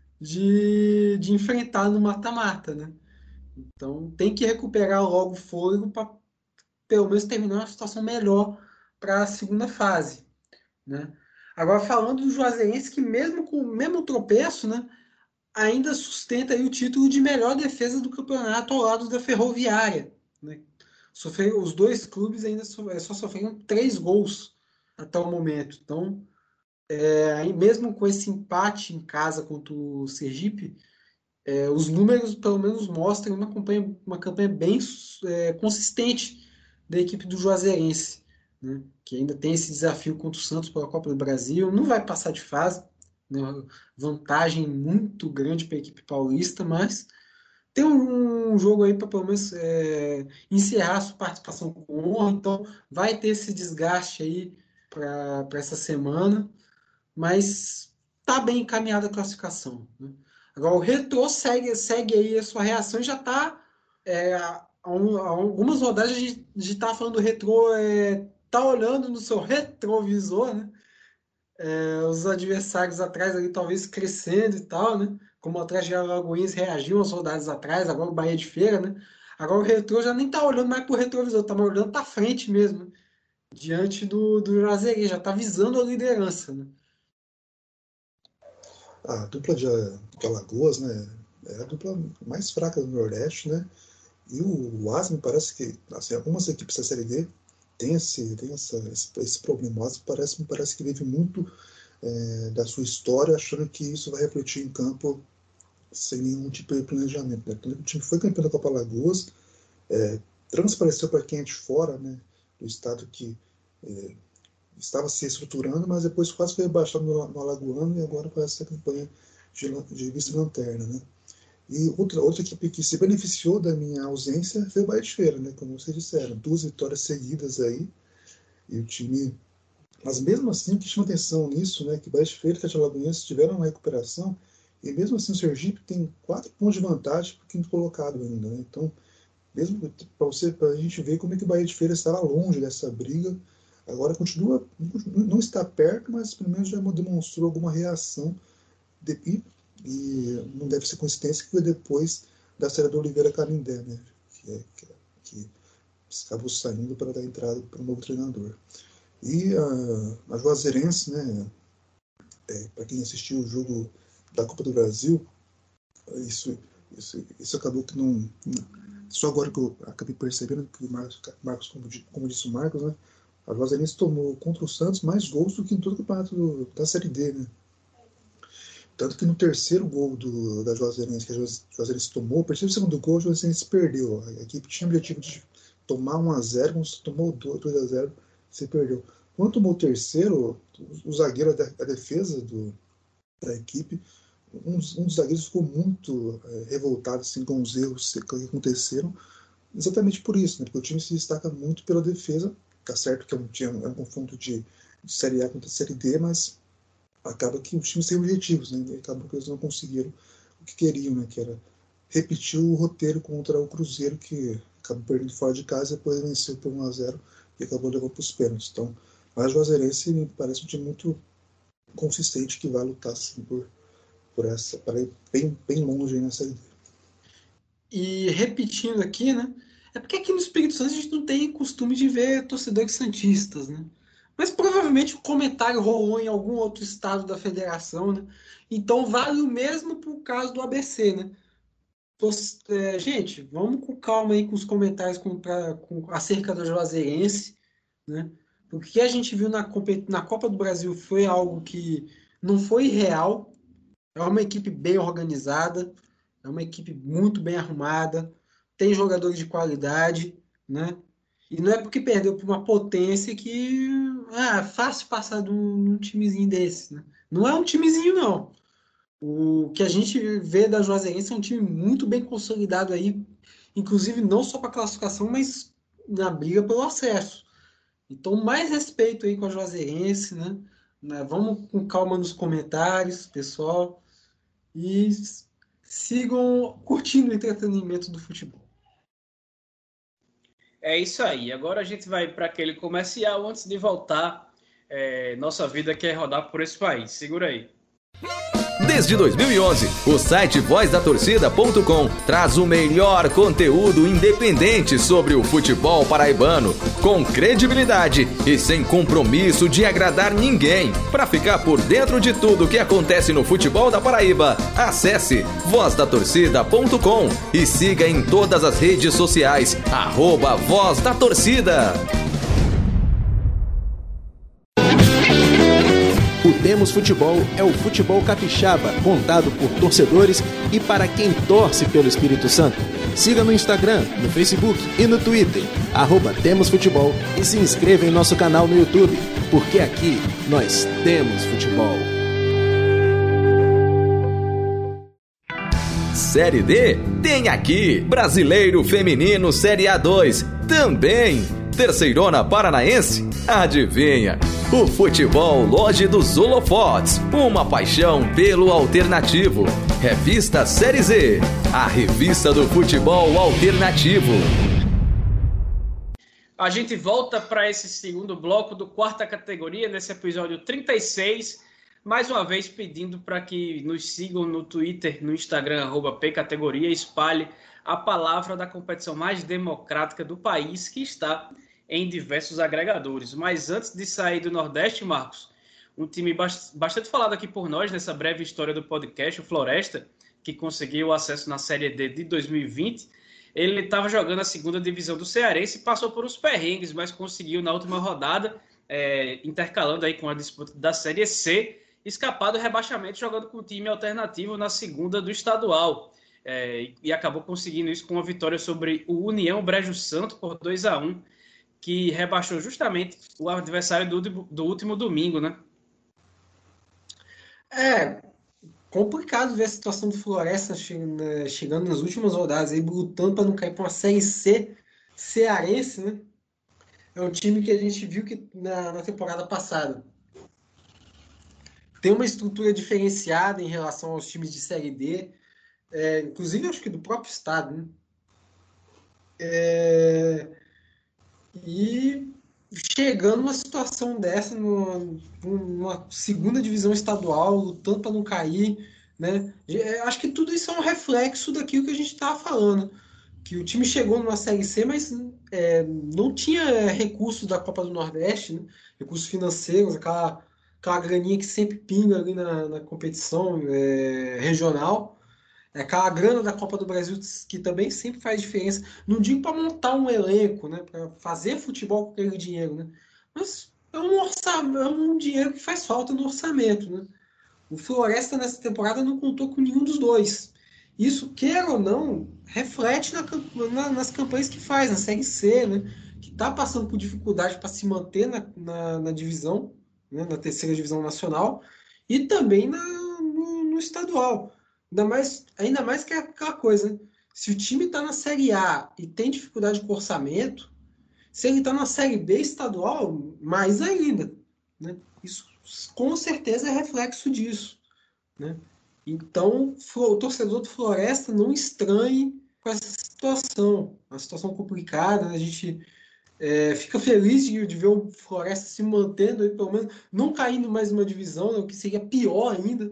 de, de enfrentar no mata-mata, né? Então tem que recuperar logo o fôlego para pelo menos terminar uma situação melhor para a segunda fase, né? Agora falando do Juazeirense, que mesmo com o mesmo tropeço, né, ainda sustenta aí o título de melhor defesa do campeonato ao lado da Ferroviária, né? Sofreram, os dois clubes ainda só, só sofreram três gols até o momento. Então, é, aí mesmo com esse empate em casa contra o Sergipe, é, os números pelo menos mostram uma campanha, uma campanha bem é, consistente da equipe do Juazeirense, né? Que ainda tem esse desafio contra o Santos pela Copa do Brasil, não vai passar de fase, né? Vantagem muito grande para a equipe paulista, mas tem um, um jogo aí para pelo menos é, encerrar a sua participação com honra, então vai ter esse desgaste aí para essa semana, mas tá bem encaminhada a classificação, né? Agora o Retrô segue, segue aí a sua reação e já está é, há, um, há algumas rodadas a gente está falando do Retrô, é, tá olhando no seu retrovisor, né? É, os adversários atrás ali talvez crescendo e tal, né? Como o Atlético de Alagoinhas reagiu às rodadas atrás, agora o Bahia de Feira, né? Agora o Retrô já nem tá olhando mais pro retrovisor, tá olhando para frente mesmo, né? Diante do, do Juazeirense, já tá visando a liderança, né? A dupla de, de Alagoas, né, é a dupla mais fraca do Nordeste, né? E o Asma parece que, assim, algumas equipes da Série D tem esse, tem essa, esse, esse problema. O Asma parece, me parece que vive muito é, da sua história, achando que isso vai refletir em campo sem nenhum tipo de planejamento. Né? O time foi campeão da Copa Alagoas, é, transpareceu para quem é de fora, né, do estado que é, estava se estruturando, mas depois quase foi rebaixado no, no Alagoano e agora parece a campanha de, de vice-lanterna. Né? E outra, outra equipe que se beneficiou da minha ausência foi o Bahia de Feira, né? Como vocês disseram, duas vitórias seguidas aí, e o time... Mas mesmo assim, o que chama atenção nisso, né, que Bahia de Feira e Atlético Alagoense tiveram uma recuperação, e mesmo assim o Sergipe tem quatro pontos de vantagem para o quinto colocado ainda, né? Então, mesmo para você, para a gente ver como é que o Bahia de Feira estava longe dessa briga, agora continua, não está perto, mas pelo menos já demonstrou alguma reação, de, e, e não deve ser coincidência que foi depois da série do Oliveira Canindé, né, que, é, que, que acabou saindo para dar entrada para um novo treinador. E a, a Juazeirense, né, é, para quem assistiu o jogo da Copa do Brasil, isso, isso, isso acabou que não... Só agora que eu acabei percebendo que o Marcos, Marcos como, como disse o Marcos, né, a Juazeirense tomou contra o Santos mais gols do que em todo o campeonato do, da Série D, né? Tanto que no terceiro gol do, da Juazeirense, que a Juazeirense tomou, o terceiro segundo gol, a Juazeirense perdeu. A equipe tinha o objetivo de tomar um a zero, tomou dois a zero, se perdeu. Quando tomou o terceiro, o, o zagueiro, a defesa do, da equipe, um, um dos zagueiros ficou muito é, revoltado assim, com os erros que aconteceram, exatamente por isso, né? Porque o time se destaca muito pela defesa. Tá certo que é um, é um confronto de, de Série A contra Série D, mas acaba que os times têm objetivos, né? E acaba que eles não conseguiram o que queriam, né? Que era repetir o roteiro contra o Cruzeiro, que acabou perdendo fora de casa e depois venceu por um a zero e acabou levando para os pênaltis. Então, mas o Juazeirense me parece um time muito consistente que vai lutar assim, por, por essa, para ir bem, bem longe aí na Série D. E repetindo aqui, né? É porque aqui no Espírito Santo a gente não tem costume de ver torcedores santistas, né? Mas provavelmente o comentário rolou em algum outro estado da federação, né? Então vale o mesmo pro caso do A B C, né? Tô, é, gente, vamos com calma aí com os comentários com, pra, com, acerca da Juazeirense, né? O que a gente viu na, na Copa do Brasil foi algo que não foi real. É uma equipe bem organizada, é uma equipe muito bem arrumada, tem jogadores de qualidade, né? E não é porque perdeu para uma potência que ah, é fácil passar de um, um timezinho desse, né? Não é um timezinho, não. O que a gente vê da Juazeirense é um time muito bem consolidado aí, inclusive não só para classificação, mas na briga pelo acesso. Então, mais respeito aí com a Juazeirense, né? Vamos com calma nos comentários, pessoal, e sigam curtindo o entretenimento do futebol. É isso aí. Agora a gente vai para aquele comercial antes de voltar. É, nossa vida quer rodar por esse país. Segura aí. Desde dois mil e onze, o site voz da torcida ponto com traz o melhor conteúdo independente sobre o futebol paraibano, com credibilidade e sem compromisso de agradar ninguém. Para ficar por dentro de tudo que acontece no futebol da Paraíba, acesse voz da torcida ponto com e siga em todas as redes sociais, arroba Voz da Torcida. O Temos Futebol é o futebol capixaba, contado por torcedores e para quem torce pelo Espírito Santo. Siga no Instagram, no Facebook e no Twitter, arroba Temos Futebol, e se inscreva em nosso canal no YouTube, porque aqui nós temos futebol. Série D? Tem aqui! Brasileiro Feminino Série A dois. Também! Terceirona Paranaense? Adivinha? O futebol longe dos holofotes. Uma paixão pelo alternativo. Revista Série Z. A revista do futebol alternativo. A gente volta para esse segundo bloco do quarta categoria, nesse episódio trinta e seis. Mais uma vez pedindo para que nos sigam no Twitter, no Instagram, arroba Pcategoria, espalhe a palavra da competição mais democrática do país, que está em diversos agregadores. Mas antes de sair do Nordeste, Marcos, um time bastante falado aqui por nós nessa breve história do podcast, o Floresta, que conseguiu acesso na Série D de dois mil e vinte. Ele estava jogando a segunda divisão do Cearense e passou por uns perrengues, mas conseguiu na última rodada, é, intercalando aí com a disputa da Série C, escapar do rebaixamento jogando com um time alternativo na segunda do estadual. É, e acabou conseguindo isso com uma vitória sobre o União Brejo Santo por dois a um, que rebaixou justamente o adversário do, do último domingo, né? É complicado ver a situação do Floresta chegando nas últimas rodadas, aí lutando para não cair para uma Série C cearense, né? É um time que a gente viu que na, na temporada passada tem uma estrutura diferenciada em relação aos times de Série D, é, inclusive acho que do próprio estado, né? É, e chegando numa situação dessa, numa, numa segunda divisão estadual, lutando para não cair, né? Acho que tudo isso é um reflexo daquilo que a gente estava falando, que o time chegou numa Série C, mas é, não tinha recursos da Copa do Nordeste, né? Recursos financeiros, aquela, aquela graninha que sempre pinga ali na, na competição é, regional. Aquela grana da Copa do Brasil que também sempre faz diferença. Não digo para montar um elenco, né, para fazer futebol com aquele dinheiro, né, mas é um, orçamento, é um dinheiro que faz falta no orçamento. Né. O Floresta nessa temporada não contou com nenhum dos dois. Isso, queira ou não, reflete na, na, nas campanhas que faz, na Série C, né, que está passando por dificuldade para se manter na, na, na divisão, né, na terceira divisão nacional, e também na, no, no estadual. Ainda mais, ainda mais que é aquela coisa, né? Se o time está na Série A e tem dificuldade com orçamento, se ele está na Série B estadual, mais ainda. Né? Isso com certeza é reflexo disso. Né? Então, o torcedor do Floresta não estranhe com essa situação. Uma situação complicada, né? A gente é, fica feliz de, de ver o Floresta se mantendo, aí, pelo menos não caindo mais uma divisão, né? O que seria pior ainda.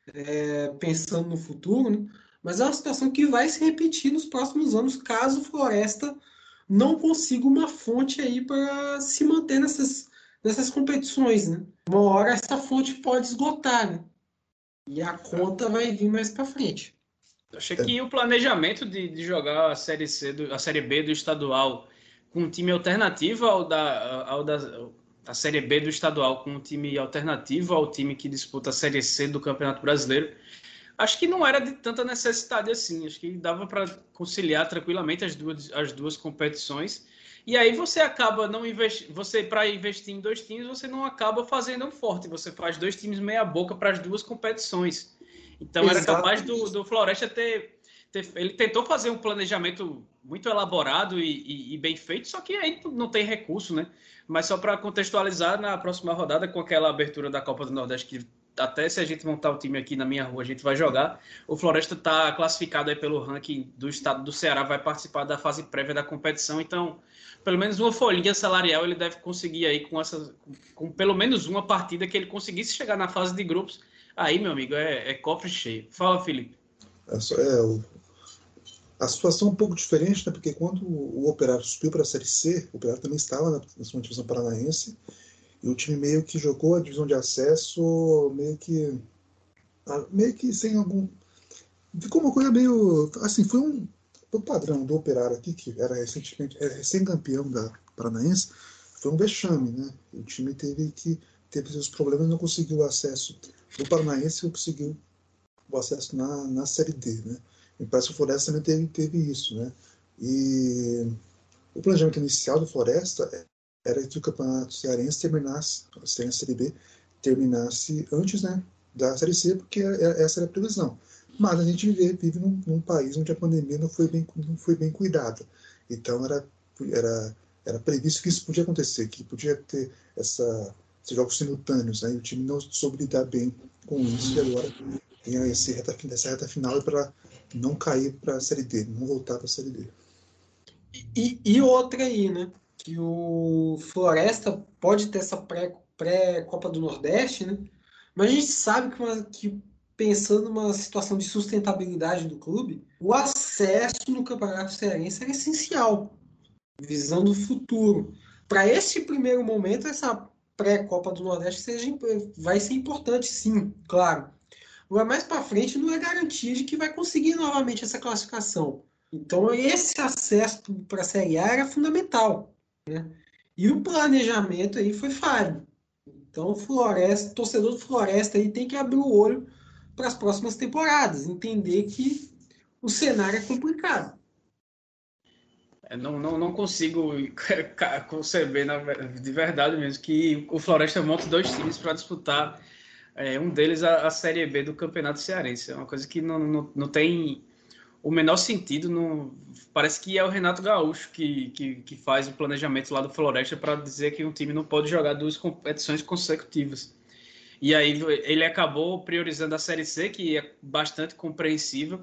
É, pensando no futuro, né? Mas é uma situação que vai se repetir nos próximos anos, caso o Floresta não consiga uma fonte aí para se manter nessas, nessas competições, né? Uma hora essa fonte pode esgotar, né? E a conta vai vir mais para frente. Eu achei que o planejamento de, de jogar a Série C, do, a Série B do estadual com um time alternativo ao da, ao da a Série B do estadual com um time alternativo ao time que disputa a Série C do Campeonato Brasileiro, acho que não era de tanta necessidade assim. Acho que dava para conciliar tranquilamente as duas, as duas competições. E aí você acaba não investir, você para investir em dois times, você não acaba fazendo um forte, você faz dois times meia boca para as duas competições. Então Exatamente. Era capaz do, do Floresta ter, ter, ele tentou fazer um planejamento muito elaborado e, e, e bem feito, só que aí não tem recurso, né? Mas só para contextualizar, na próxima rodada, com aquela abertura da Copa do Nordeste, que até se a gente montar o time aqui na minha rua, a gente vai jogar, o Floresta está classificado aí pelo ranking do estado do Ceará, vai participar da fase prévia da competição, então, pelo menos uma folhinha salarial ele deve conseguir aí com, essa, com pelo menos uma partida que ele conseguisse chegar na fase de grupos. Aí, meu amigo, é, é cofre cheio. Fala, Felipe. É, só, é o... A situação é um pouco diferente, né? Porque quando o Operário subiu para a Série C, o Operário também estava na, na segunda divisão paranaense, e o time meio que jogou a divisão de acesso meio que meio que sem algum... Ficou uma coisa meio... Assim, foi um, o padrão do Operário aqui, que era recentemente era recém-campeão da Paranaense, foi um vexame, né? O time teve que teve seus problemas, não conseguiu o acesso do Paranaense, e conseguiu o acesso na, na Série D, né? E parece que o Floresta também teve, teve isso, né? E o planejamento inicial do Floresta era que o Campeonato Cearense terminasse, a Série B terminasse antes, né, da Série C, porque essa era a previsão. Mas a gente vive, vive num, num país onde a pandemia não foi bem, não foi bem cuidada. Então era, era, era previsto que isso podia acontecer, que podia ter essa, esses jogos simultâneos, né? E o time não soube lidar bem com isso, e agora tem esse reta, essa reta final para não cair para a Série D, não voltar para a Série D. E, e outra aí, né? Que o Floresta pode ter essa pré, pré-Copa do Nordeste, né? Mas a gente sabe que, uma, que pensando numa situação de sustentabilidade do clube, o acesso no Campeonato Cearense é essencial, visando o futuro. Para esse primeiro momento, essa pré-Copa do Nordeste seja, vai ser importante, sim, claro. Mas mais para frente não é garantia de que vai conseguir novamente essa classificação. Então, esse acesso para a Série A era fundamental, né? E o planejamento aí foi falho. Então, o Floresta, torcedor do Floresta aí tem que abrir o olho para as próximas temporadas, entender que o cenário é complicado. Não, não, não consigo conceber, de verdade mesmo, que o Floresta monte dois times para disputar, é, um deles a, a Série B do Campeonato Cearense. É uma coisa que não, não, não tem o menor sentido. Não, parece que é o Renato Gaúcho que, que, que faz o planejamento lá do Floresta para dizer que um time não pode jogar duas competições consecutivas. E aí ele acabou priorizando a Série C, que é bastante compreensível,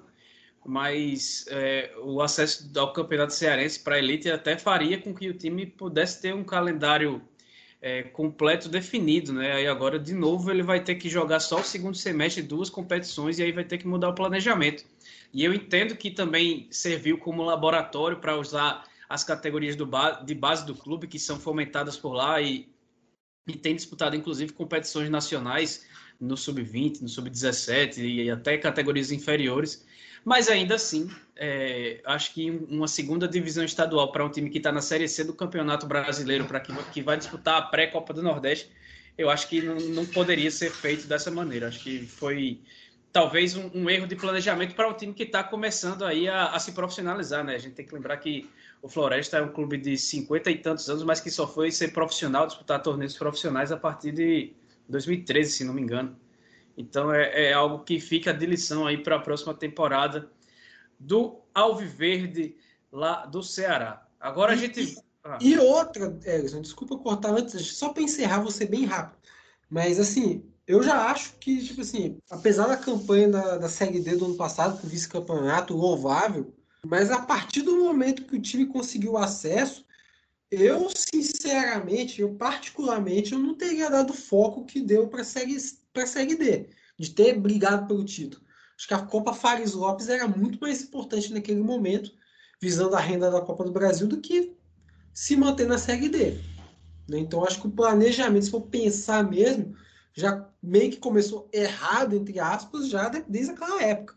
mas é, o acesso ao Campeonato Cearense para a elite até faria com que o time pudesse ter um calendário é, completo definido, né? Aí agora, de novo, ele vai ter que jogar só o segundo semestre, duas competições, e aí vai ter que mudar o planejamento. E eu entendo que também serviu como laboratório para usar as categorias do ba- de base do clube, que são fomentadas por lá, e, e tem disputado, inclusive, competições nacionais no sub vinte, no sub dezessete e até categorias inferiores. Mas ainda assim, é, acho que uma segunda divisão estadual para um time que está na Série C do Campeonato Brasileiro, para que, que vai disputar a pré-Copa do Nordeste, eu acho que não, não poderia ser feito dessa maneira. Acho que foi talvez um, um erro de planejamento para um time que está começando aí a, a se profissionalizar, né? A gente tem que lembrar que o Floresta é um clube de cinquenta e tantos anos, mas que só foi ser profissional, disputar torneios profissionais a partir de dois mil e treze, se não me engano. Então é, é algo que fica de lição aí para a próxima temporada do Alviverde lá do Ceará. Agora a gente... Ah. E outra, Erison, desculpa cortar antes, só para encerrar, vou ser bem rápido. Mas assim, eu já acho que, tipo assim, apesar da campanha da, da Série D do ano passado, com o vice-campeonato louvável, mas a partir do momento que o time conseguiu acesso, eu, sinceramente, eu particularmente, eu não teria dado o foco que deu para a série, para a Série D, de ter brigado pelo título. Acho que a Copa Fares Lopes era muito mais importante naquele momento, visando a renda da Copa do Brasil, do que se manter na Série D. Então, acho que o planejamento, se for pensar mesmo, já meio que começou errado, entre aspas, já desde aquela época.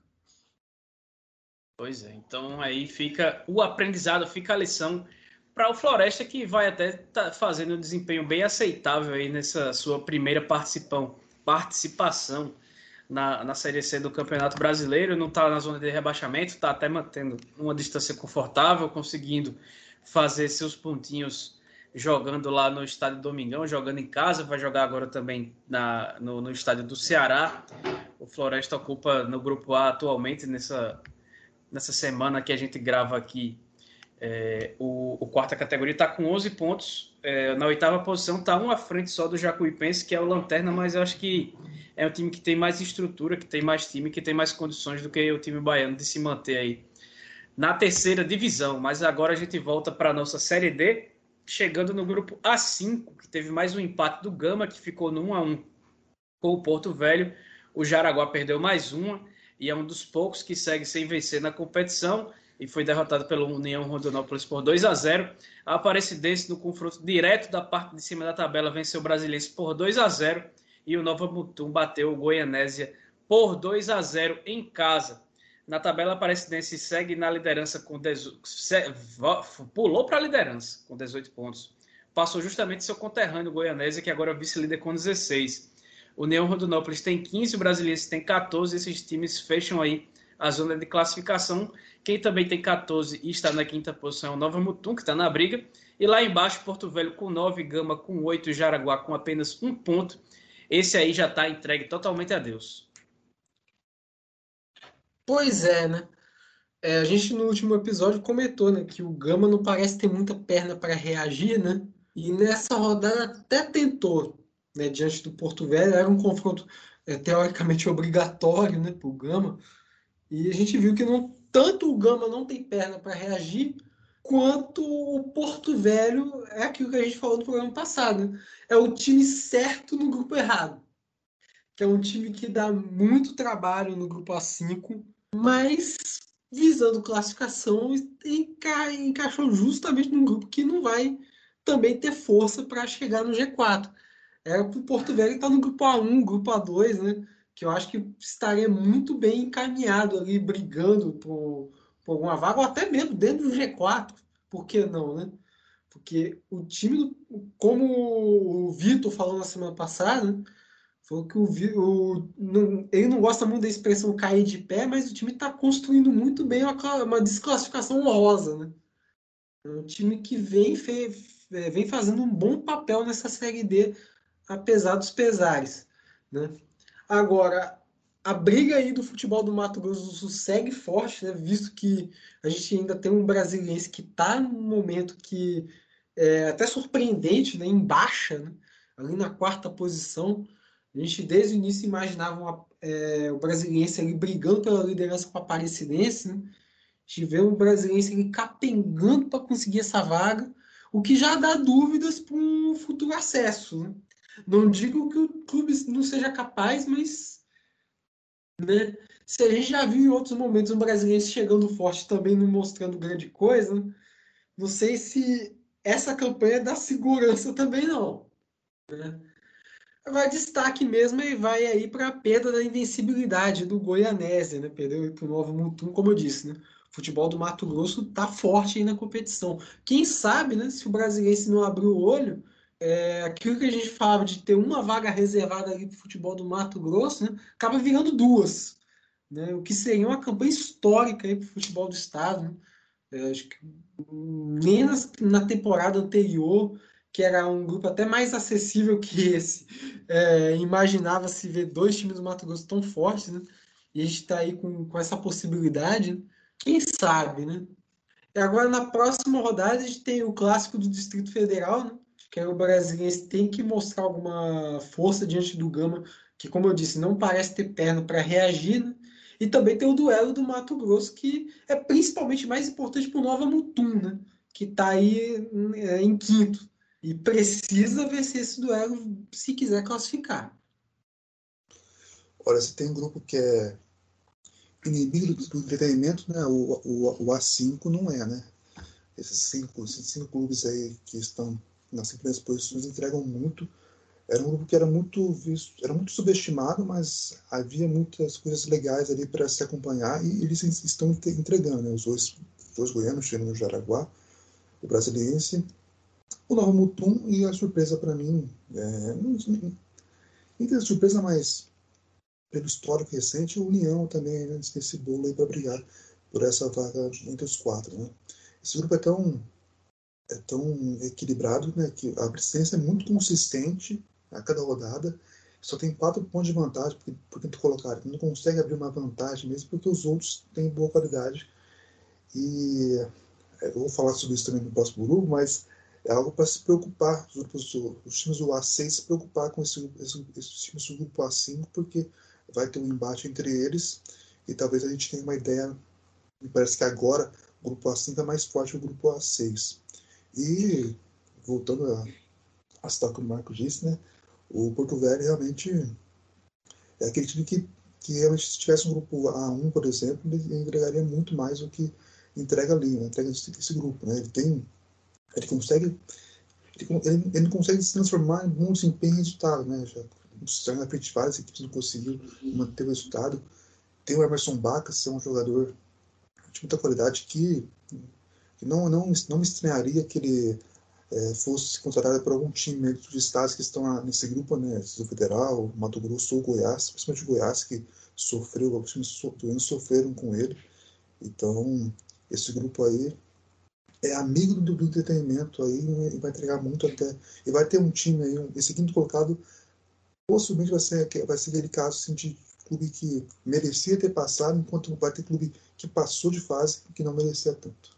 Pois é, então aí fica o aprendizado, fica a lição para o Floresta, que vai até tá fazendo um desempenho bem aceitável aí nessa sua primeira participação, participação na, na Série C do Campeonato Brasileiro. Não está na zona de rebaixamento, está até mantendo uma distância confortável, conseguindo fazer seus pontinhos jogando lá no Estádio Domingão, jogando em casa, vai jogar agora também na, no, no Estádio do Ceará. O Floresta ocupa no Grupo A atualmente, nessa, nessa semana que a gente grava aqui. É, o, o quarta categoria está com onze pontos, é, na oitava posição está um à frente só do Jacuipense, que é o Lanterna, mas eu acho que é um time que tem mais estrutura, que tem mais time, que tem mais condições do que o time baiano de se manter aí na terceira divisão. Mas agora a gente volta para a nossa Série D, chegando no grupo A cinco, que teve mais um empate do Gama, que ficou no um a um com o Porto Velho. O Jaraguá perdeu mais uma e é um dos poucos que segue sem vencer na competição, e foi derrotado pelo União Rondonópolis por dois a zero. A Aparecidense, no confronto direto da parte de cima da tabela, venceu o Brasiliense por dois a zero, e o Nova Mutum bateu o Goianésia por dois a zero em casa. Na tabela, a Aparecidense segue na liderança com dezoito, pulou para a liderança com dezoito pontos. Passou justamente seu conterrâneo Goianésia, que agora é vice-líder com dezesseis. O União Rondonópolis tem quinze, o Brasiliense tem catorze. Esses times fecham aí a zona de classificação. Quem também tem catorze e está na quinta posição é o Nova Mutum, que está na briga. E lá embaixo, Porto Velho com nove, Gama com oito, Jaraguá com apenas um ponto. Esse aí já está entregue totalmente a Deus. Pois é, né? É, a gente no último episódio comentou, né, que o Gama não parece ter muita perna para reagir, né? E nessa rodada até tentou, né, diante do Porto Velho. Era um confronto é, teoricamente obrigatório, né, para o Gama. E a gente viu que não, tanto o Gama não tem perna para reagir, quanto o Porto Velho é aquilo que a gente falou no programa passado, né? É o time certo no grupo errado. Que é um time que dá muito trabalho no grupo A cinco, mas visando classificação, enca- encaixou justamente num grupo que não vai também ter força para chegar no G quatro. era para o Porto Velho estar no grupo A um, grupo A dois, né? Que eu acho que estaria muito bem encaminhado ali, brigando por, por alguma vaga, ou até mesmo dentro do G quatro. Por que não, né? Porque o time, como o Vitor falou na semana passada, né? Falou que o, o não, ele não gosta muito da expressão cair de pé, mas o time está construindo muito bem uma, uma desclassificação honrosa, né? É um time que vem, fe, vem fazendo um bom papel nessa Série D, apesar dos pesares, né? Agora, a briga aí do futebol do Mato Grosso do Sul segue forte, né? Visto que a gente ainda tem um brasiliense que está num momento que é até surpreendente, né? Em baixa, né? Ali na quarta posição. A gente desde o início imaginava uma, é, o brasiliense ali brigando pela liderança com a Aparecidense, né? Tivemos o brasiliense ali capengando para conseguir essa vaga, o que já dá dúvidas para um futuro acesso, né? Não digo que o clube não seja capaz, mas, né, se a gente já viu em outros momentos um brasileiro chegando forte também não mostrando grande coisa, né, não sei se essa campanha dá segurança também não, né? Vai destaque mesmo e vai aí para a perda da invencibilidade do Goianese, né? Perdeu para o Novo Mutum, como eu disse, né? O futebol do Mato Grosso tá forte aí na competição. Quem sabe, né? Se o brasileiro não abrir o olho, é, aquilo que a gente falava de ter uma vaga reservada ali para o futebol do Mato Grosso, né? Acaba virando duas, né? O que seria uma campanha histórica aí para o futebol do estado, né? É, acho que nem na temporada anterior, que era um grupo até mais acessível que esse, é, imaginava-se ver dois times do Mato Grosso tão fortes, né? E a gente está aí com, com essa possibilidade, né? Quem sabe, né? E agora, na próxima rodada, a gente tem o clássico do Distrito Federal, né? Que é o brasileiro tem que mostrar alguma força diante do Gama, que, como eu disse, não parece ter perna para reagir, né? E também tem o duelo do Mato Grosso, que é principalmente mais importante para o Nova Mutum, né? Que está aí é, em quinto. E precisa vencer esse duelo se quiser classificar. Olha, você tem um grupo que é inimigo do, do entretenimento, né? O, o, o A cinco não é, né? Esses cinco, esses cinco clubes aí que estão nas primeiras posições entregam muito. Era um grupo que era muito visto, era muito subestimado, mas havia muitas coisas legais ali para se acompanhar e eles estão entregando, né? Os dois, dois goianos chegando no Jaraguá, o brasiliense, o Novo Mutum e a surpresa para mim, é, não tem surpresa, mas pelo histórico recente, o União também, né, nesse bolo aí para brigar por essa vaga entre os quatro, né? Esse grupo é tão, é tão equilibrado, né, que a presença é muito consistente a cada rodada, só tem quatro pontos de vantagem, porque, porque tu colocar, não consegue abrir uma vantagem mesmo, porque os outros têm boa qualidade. E eu vou falar sobre isso também no próximo grupo, mas é algo para se preocupar, os, os times do A seis se preocupar com esse, esse, esses times do grupo A cinco, porque vai ter um embate entre eles, e talvez a gente tenha uma ideia, me parece que agora o grupo A cinco é mais forte que o grupo A seis. E, voltando a, a citar o que o Marco disse, né, o Porto Velho realmente é aquele time que, que realmente, se tivesse um grupo A um, por exemplo, ele entregaria muito mais do que entrega ali, né, entrega esse, esse grupo, né, ele tem, ele consegue, ele, ele, ele consegue se transformar em bom desempenho e resultado, né, já, já na frente de várias equipes não conseguiu manter o resultado. Tem o Emerson Bacas, que é um jogador de muita qualidade que, que não, não, não me estranharia que ele é, fosse contratado por algum time dos estados que estão nesse grupo, né? O Federal, Mato Grosso ou Goiás, principalmente o Goiás, que sofreu, os times do sofreram com ele. Então, esse grupo aí é amigo do, do entretenimento aí e vai entregar muito até. E vai ter um time aí, um, esse quinto colocado, possivelmente vai ser, vai ser delicado, assim, de clube que merecia ter passado, enquanto vai ter clube que passou de fase que não merecia tanto.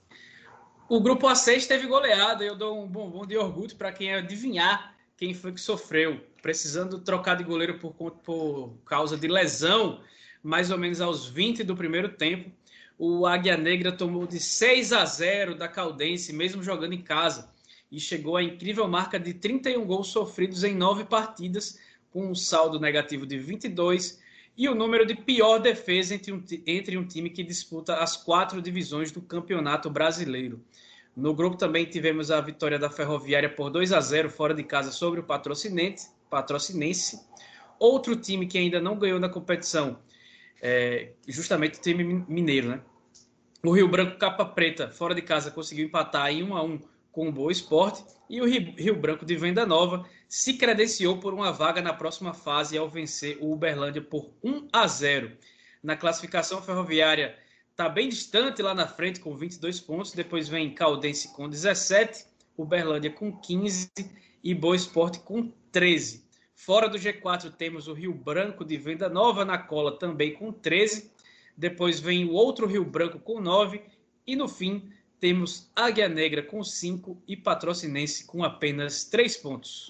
O grupo A seis teve goleada, eu dou um bombom de orgulho para quem adivinhar quem foi que sofreu, precisando trocar de goleiro por, por causa de lesão, mais ou menos aos vinte do primeiro tempo. O Águia Negra tomou de seis a zero da Caldense, mesmo jogando em casa, e chegou à incrível marca de trinta e um gols sofridos em nove partidas, com um saldo negativo de vinte e dois, e o número de pior defesa entre um, entre um time que disputa as quatro divisões do Campeonato Brasileiro. No grupo também tivemos a vitória da Ferroviária por dois a zero fora de casa sobre o Patrocinense. Patrocinense. Outro time que ainda não ganhou na competição, é justamente o time mineiro, né? O Rio Branco Capa Preta, fora de casa, conseguiu empatar em um a um com o Boa Esporte. E o Rio Branco de Venda Nova se credenciou por uma vaga na próxima fase ao vencer o Uberlândia por um a zero. Na classificação, a Ferroviária está bem distante lá na frente com vinte e dois pontos. Depois vem Caldense com dezessete, Uberlândia com quinze e Boa Esporte com treze. Fora do G quatro temos o Rio Branco de Venda Nova na cola também com treze. Depois vem o outro Rio Branco com nove. E no fim temos Águia Negra com cinco e Patrocinense com apenas três pontos.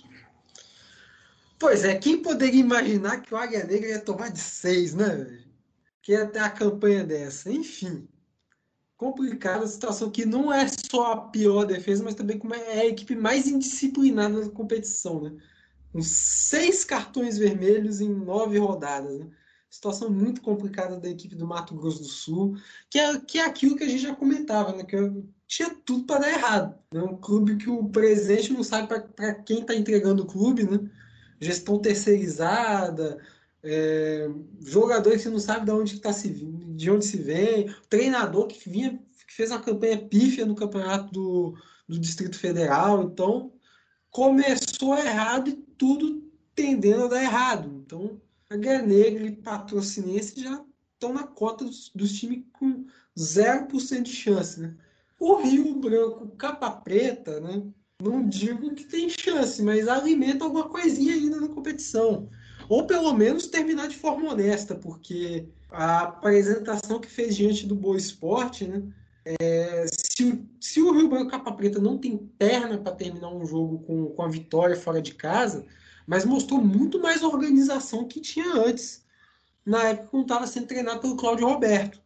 Pois é, quem poderia imaginar que o Águia Negra ia tomar de seis, né? Que ia ter a campanha dessa. Enfim, complicada a situação que não é só a pior defesa, mas também como é a equipe mais indisciplinada da competição, né? Com seis cartões vermelhos em nove rodadas, né? Situação muito complicada da equipe do Mato Grosso do Sul, que é, que é aquilo que a gente já comentava, né? Que tinha tudo para dar errado. É um clube que o presidente não sabe para quem está entregando o clube, né? Gestão terceirizada, é, jogadores que não sabem de onde, tá se, de onde se vem, treinador que, vinha, que fez uma campanha pífia no campeonato do, do Distrito Federal. Então, começou errado e tudo tendendo a dar errado. Então, a Águia Negra e Patrocinense já estão na cota dos, dos times com zero por cento de chance, né? O Rio Branco Capa Preta, né? Não digo que tem chance, mas alimenta alguma coisinha ainda na competição. Ou pelo menos terminar de forma honesta, porque a apresentação que fez diante do Boa Esporte, né? É, se, se o Rio Branco Capa Preta não tem perna para terminar um jogo com, com a vitória fora de casa, mas mostrou muito mais organização que tinha antes, na época quando estava sendo treinado pelo Cláudio Roberto.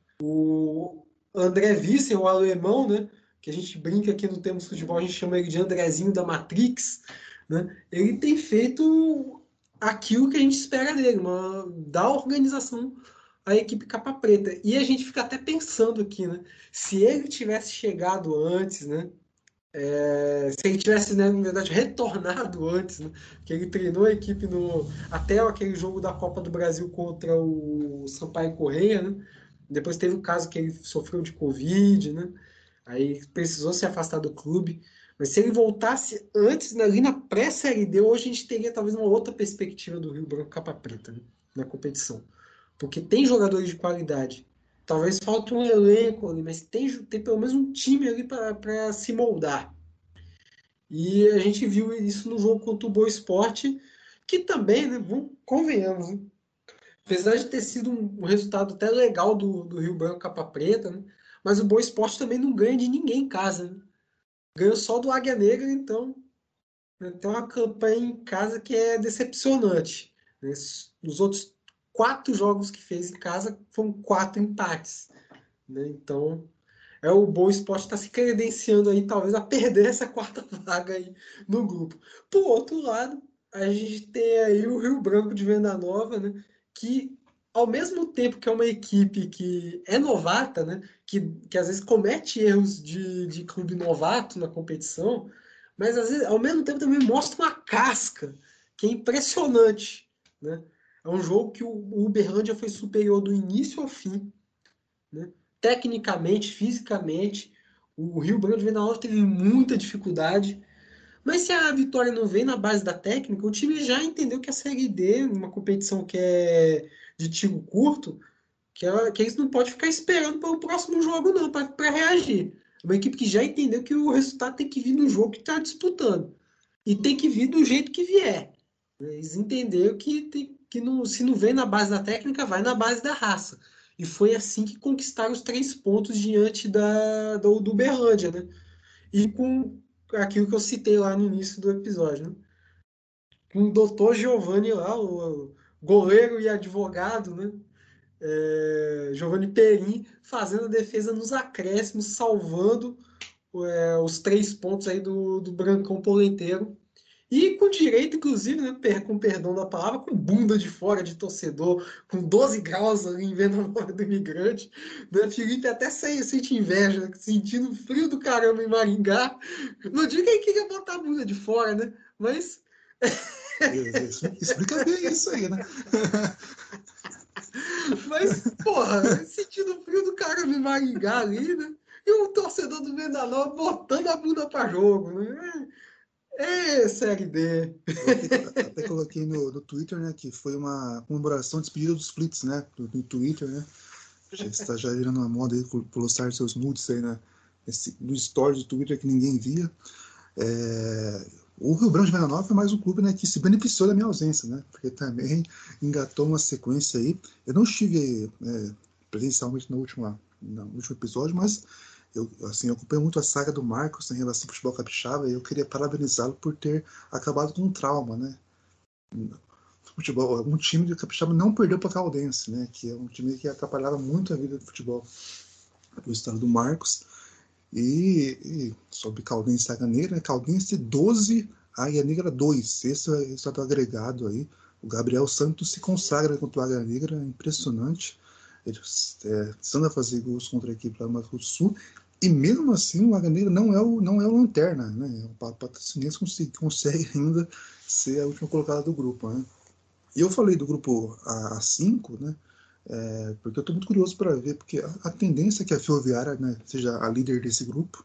O André Visser, o alemão, né, que a gente brinca aqui no Temos Futebol, a gente chama ele de Andrezinho da Matrix, né, ele tem feito aquilo que a gente espera dele, uma, dar organização à equipe Capa Preta. E a gente fica até pensando aqui, né, se ele tivesse chegado antes, né, É, se ele tivesse, né, na verdade, retornado antes, né, que ele treinou a equipe no, até aquele jogo da Copa do Brasil contra o Sampaio Correia, né, depois teve o caso que ele sofreu de Covid, né, aí precisou se afastar do clube, mas se ele voltasse antes, né, ali na pré-série D, hoje a gente teria talvez uma outra perspectiva do Rio Branco Capa Preta, né, na competição, porque tem jogadores de qualidade. Talvez falte um elenco ali, mas tem, tem pelo menos um time ali para se moldar. E a gente viu isso no jogo contra o Boa Esporte, que também, né, convenhamos, né? Apesar de ter sido um, um resultado até legal do, do Rio Branco Capa Preta, né, mas o Boa Esporte também não ganha de ninguém em casa. Né? Ganhou só do Águia Negra, então né, tem uma campanha em casa que é decepcionante. Né? Nos outros quatro jogos que fez em casa foram quatro empates, né? Então é o Boa Esporte está se credenciando aí talvez a perder essa quarta vaga aí no grupo. Por outro lado, a gente tem aí o Rio Branco de Venda Nova, né? Que ao mesmo tempo que é uma equipe que é novata, né? Que, que às vezes comete erros de, de clube novato na competição, mas às vezes ao mesmo tempo também mostra uma casca que é impressionante, né? É um jogo que o Uberlândia foi superior do início ao fim, né? Tecnicamente, fisicamente. O Rio Branco de Venda Nova teve muita dificuldade. Mas se a vitória não vem na base da técnica, o time já entendeu que a Série D, uma competição que é de tiro curto, que, é, que eles não podem ficar esperando para o próximo jogo, não, para reagir. É uma equipe que já entendeu que o resultado tem que vir no jogo que está disputando. E tem que vir do jeito que vier. Eles entenderam que tem que não, se não vem na base da técnica, vai na base da raça. E foi assim que conquistaram os três pontos diante da, do, do Uberlândia, né? E com aquilo que eu citei lá no início do episódio, né? Com o doutor Giovanni lá, o goleiro e advogado, né? É, Giovanni Perim, fazendo a defesa nos acréscimos, salvando é, os três pontos aí do, do Brancão Polenteiro. E com direito, inclusive, né, com perdão da palavra, com bunda de fora de torcedor, com doze graus ali em Venda Nova do Imigrante. Né? Felipe até sente inveja, sentindo frio do caramba em Maringá. Não digo que ele queria botar a bunda de fora, né? Mas... Explica bem isso aí, né? Mas, porra, sentindo frio do caramba em Maringá ali, né? E o torcedor do Venda Nova botando a bunda pra jogo, né? É, Série D. Eu até, até coloquei no, no Twitter, né, que foi uma comemoração de despedida dos Flits, né, no, no Twitter, né. Já está já virando uma moda aí, postar seus nudes aí, né, esse, no stories do Twitter que ninguém via. É, o Rio Branco de Venda Nova foi mais um clube, né, que se beneficiou da minha ausência, né, porque também engatou uma sequência aí. Eu não estive é, presencialmente no último, no último episódio, mas eu, assim, eu acompanho muito a saga do Marcos em relação ao futebol capixaba e eu queria parabenizá-lo por ter acabado com um trauma, né? Futebol, um time de capixaba não perdeu para a Caldense, né? Que é um time que atrapalhava muito a vida do futebol do estado do Marcos. E, e sobre Caldense e Águia Negra, né? Caldense doze, Águia Negra dois. Esse é o resultado agregado aí. O Gabriel Santos se consagra contra o Águia Negra, impressionante. Ele é, anda a fazer gols contra a equipe lá do Mato Grosso do Sul, e mesmo assim o Águia Negra não é o, não é o lanterna, né? O Patrocinense consegue, consegue ainda ser a última colocada do grupo, né? E eu falei do grupo A cinco, né? É, porque eu estou muito curioso para ver, porque a, a tendência é que a Ferroviária, né, seja a líder desse grupo.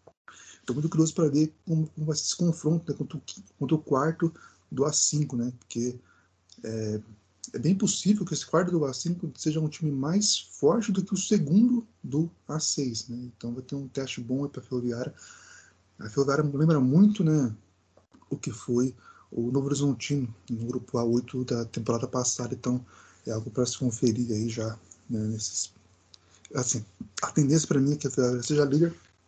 Estou muito curioso para ver como, como vai ser esse confronto, né, contra, o, contra o quarto do A cinco, né? Porque é, é bem possível que esse quarto do A cinco seja um time mais forte do que o segundo do A seis, né? Então vai ter um teste bom para a Ferroviária. A Ferroviária lembra muito, né, o que foi o Novo Horizontino no grupo A oito da temporada passada. Então é algo para se conferir aí já, né, nesses... Assim, a tendência para mim é que a Ferroviária seja líder,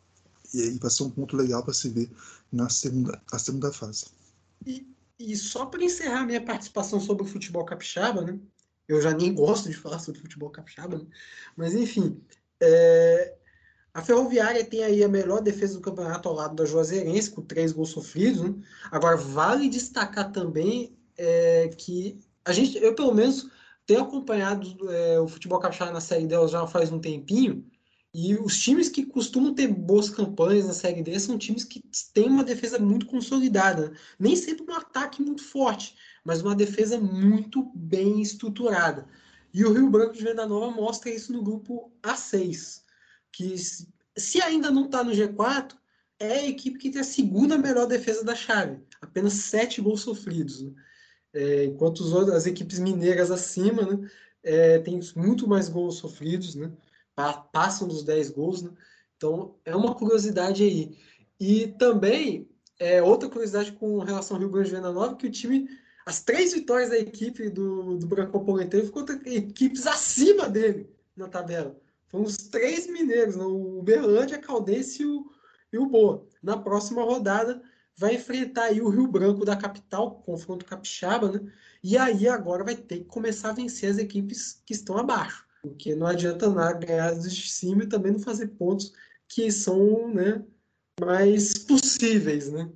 e aí vai ser um ponto legal para se ver na segunda, a segunda fase. E... E só para encerrar minha participação sobre o futebol capixaba, né? Eu já nem gosto de falar sobre futebol capixaba, né? Mas enfim, é... a Ferroviária tem aí a melhor defesa do campeonato ao lado da Juazeirense, com três gols sofridos, né? Agora, vale destacar também é, que a gente, eu pelo menos tenho acompanhado é, o futebol capixaba na Série D já faz um tempinho, e os times que costumam ter boas campanhas na Série D são times que têm uma defesa muito consolidada. Nem sempre um ataque muito forte, mas uma defesa muito bem estruturada. E o Rio Branco de Venda Nova mostra isso no grupo A seis, que se ainda não está no G quatro, é a equipe que tem a segunda melhor defesa da chave. Apenas sete gols sofridos. Né? É, enquanto os outros, as equipes mineiras acima, né, é, tem muito mais gols sofridos, né? Passam dos dez gols, né? Então é uma curiosidade aí. E também é outra curiosidade com relação ao Rio Branco de Venda Nova, que o time, as três vitórias da equipe do, do Branco Polenteiro ficou contra equipes acima dele na tabela. Foram os três mineiros, né? O Uberlândia, a Caldense e o, e o Boa. Na próxima rodada vai enfrentar aí o Rio Branco da capital, confronto capixaba, né? E aí agora vai ter que começar a vencer as equipes que estão abaixo. Porque não adianta nada ganhar de cima e também não fazer pontos que são, né, mais possíveis, né?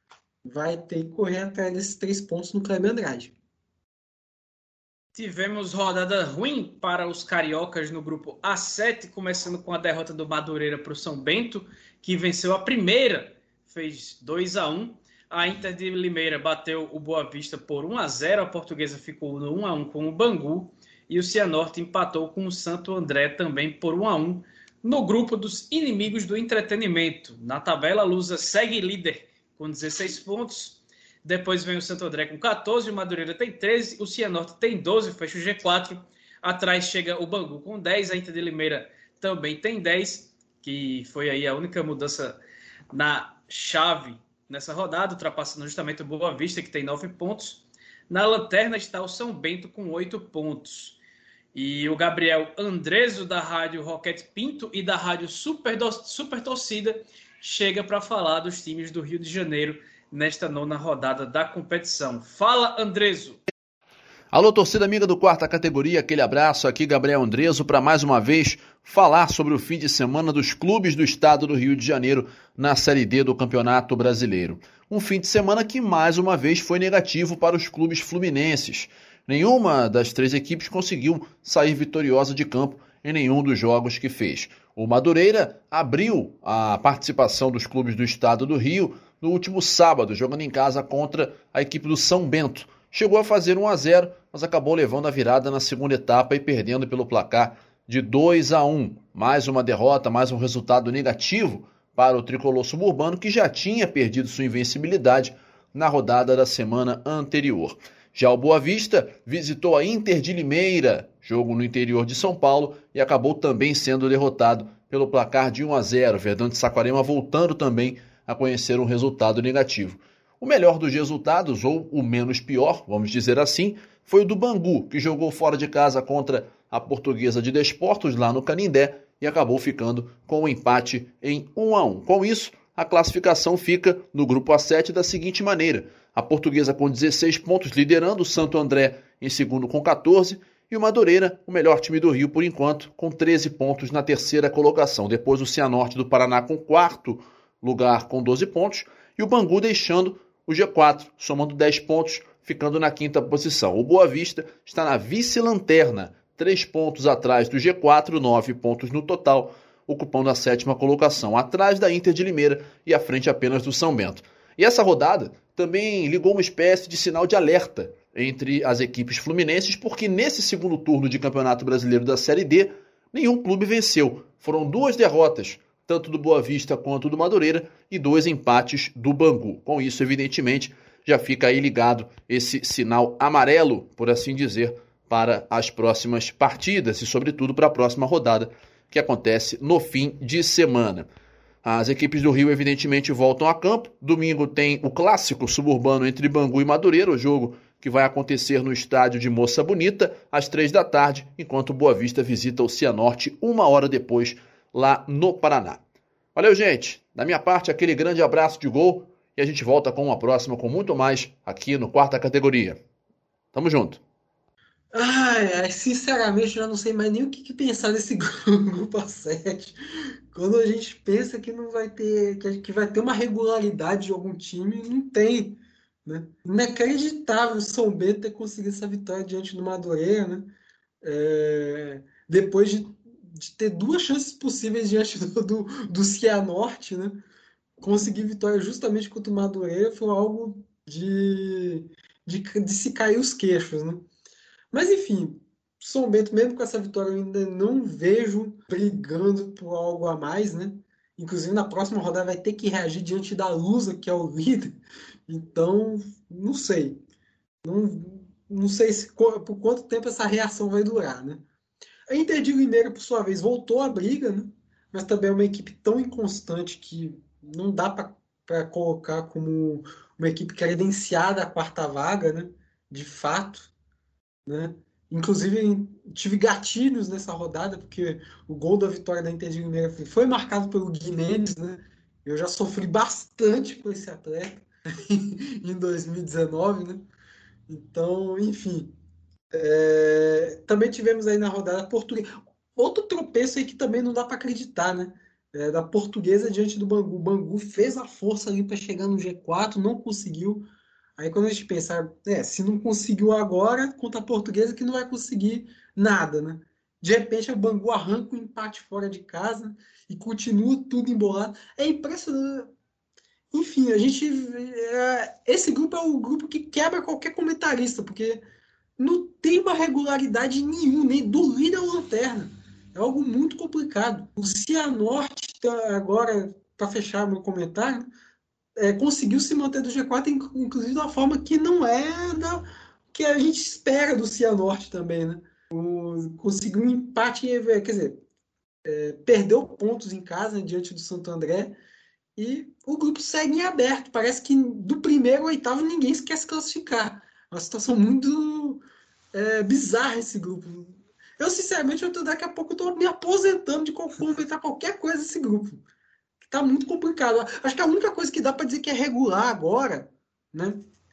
Vai ter que correr atrás desses três pontos no Cleber Andrade. Tivemos rodada ruim para os cariocas no grupo A sete, começando com a derrota do Madureira para o São Bento, que venceu a primeira, fez dois a um. A Inter de Limeira bateu o Boa Vista por um a zero, a Portuguesa ficou no um a um com o Bangu, e o Cianorte empatou com o Santo André também por um a um no grupo dos inimigos do entretenimento. Na tabela, a Lusa segue líder com dezesseis pontos. Depois vem o Santo André com catorze, o Madureira tem treze, o Cianorte tem doze, fecha o G quatro. Atrás chega o Bangu com dez, a Inter de Limeira também tem dez, que foi aí a única mudança na chave nessa rodada, ultrapassando justamente o Boa Vista, que tem nove pontos. Na lanterna está o São Bento com oito pontos. E o Gabriel Andreso, da Rádio Roquete Pinto e da Rádio Super, Do- Super Torcida, chega para falar dos times do Rio de Janeiro nesta nona rodada da competição. Fala, Andreso. Alô, torcida amiga do Quarta Categoria, aquele abraço, aqui Gabriel Andreso para mais uma vez falar sobre o fim de semana dos clubes do estado do Rio de Janeiro na Série D do Campeonato Brasileiro. Um fim de semana que mais uma vez foi negativo para os clubes fluminenses. Nenhuma das três equipes conseguiu sair vitoriosa de campo em nenhum dos jogos que fez. O Madureira abriu a participação dos clubes do estado do Rio no último sábado, jogando em casa contra a equipe do São Bento. Chegou a fazer um a zero, mas acabou levando a virada na segunda etapa e perdendo pelo placar de dois a um. Mais uma derrota, mais um resultado negativo para o tricolor suburbano, que já tinha perdido sua invencibilidade na rodada da semana anterior. Já o Boa Vista visitou a Inter de Limeira, jogo no interior de São Paulo, e acabou também sendo derrotado pelo placar de um a zero. Verdão de Saquarema voltando também a conhecer um resultado negativo. O melhor dos resultados, ou o menos pior, vamos dizer assim, foi o do Bangu, que jogou fora de casa contra a Portuguesa de Desportos, lá no Canindé, e acabou ficando com o empate em um a um. Com isso, a classificação fica no grupo A sete da seguinte maneira: a Portuguesa com dezesseis pontos, liderando, o Santo André em segundo com catorze, e o Madureira, o melhor time do Rio por enquanto, com treze pontos na terceira colocação. Depois o Cianorte do Paraná com quarto lugar com doze pontos, e o Bangu deixando o G quatro, somando dez pontos, ficando na quinta posição. O Boa Vista está na vice-lanterna, três pontos atrás do G quatro, nove pontos no total, ocupando a sétima colocação, atrás da Inter de Limeira e à frente apenas do São Bento. E essa rodada também ligou uma espécie de sinal de alerta entre as equipes fluminenses, porque nesse segundo turno de Campeonato Brasileiro da Série D, nenhum clube venceu. Foram duas derrotas, tanto do Boa Vista quanto do Madureira, e dois empates do Bangu. Com isso, evidentemente, já fica aí ligado esse sinal amarelo, por assim dizer, para as próximas partidas e, sobretudo, para a próxima rodada, que acontece no fim de semana. As equipes do Rio, evidentemente, voltam a campo. Domingo tem o clássico suburbano entre Bangu e Madureira, o jogo que vai acontecer no estádio de Moça Bonita, às três da tarde, enquanto o Boa Vista visita o Cianorte uma hora depois, lá no Paraná. Valeu, gente. Da minha parte, aquele grande abraço de gol, e a gente volta com uma próxima, com muito mais, aqui no Quarta Categoria. Tamo junto. Ai, ai, sinceramente, eu já não sei mais nem o que, que pensar desse grupo A sete. Quando a gente pensa que não vai ter, que, que vai ter uma regularidade de algum time, não tem, né? Inacreditável o São Bento ter conseguido essa vitória diante do Madureira, né? É, depois de, de ter duas chances possíveis diante do, do, do Cianorte, né? Conseguir vitória justamente contra o Madureira foi algo de, de, de se cair os queixos, né? Mas, enfim, São Bento, mesmo com essa vitória, eu ainda não vejo brigando por algo a mais, né? Inclusive, na próxima rodada vai ter que reagir diante da Lusa, que é o líder. Então, não sei. Não, não sei se, por quanto tempo essa reação vai durar, né? A Inter de Limeira, por sua vez, voltou à briga, né? Mas também é uma equipe tão inconstante que não dá para colocar como uma equipe credenciada à quarta vaga, né? De fato. Né? Inclusive, tive gatilhos nessa rodada, porque o gol da vitória da Inter de Limeira foi marcado pelo Guinenes, né? Eu já sofri bastante com esse atleta em dois mil e dezenove, né? Então, enfim. É... Também tivemos aí na rodada Portuguesa. Outro tropeço aí que também não dá para acreditar, né? É, da Portuguesa diante do Bangu. O Bangu fez a força ali para chegar no G quatro, não conseguiu. Aí quando a gente pensa, é, se não conseguiu agora, contra a Portuguesa, que não vai conseguir nada, né? De repente, o Bangu arranca um empate fora de casa e continua tudo embolado. É impressionante. Enfim, a gente... É, esse grupo é o grupo que quebra qualquer comentarista, porque não tem uma regularidade nenhuma, nem do líder à lanterna. É algo muito complicado. O Cianorte, agora, para fechar meu comentário... É, conseguiu se manter do G quatro, inclusive de uma forma que não é da, que a gente espera do Cianorte também, né? O, conseguiu um empate, quer dizer, é, perdeu pontos em casa, né, diante do Santo André, e o grupo segue em aberto. Parece que do primeiro ao oitavo ninguém quer se classificar. É uma situação muito é, bizarra esse grupo. Eu, sinceramente, eu tô, daqui a pouco eu tô me aposentando de comentar qualquer coisa desse grupo. Tá muito complicado. Acho que a única coisa que dá para dizer que é regular agora, né,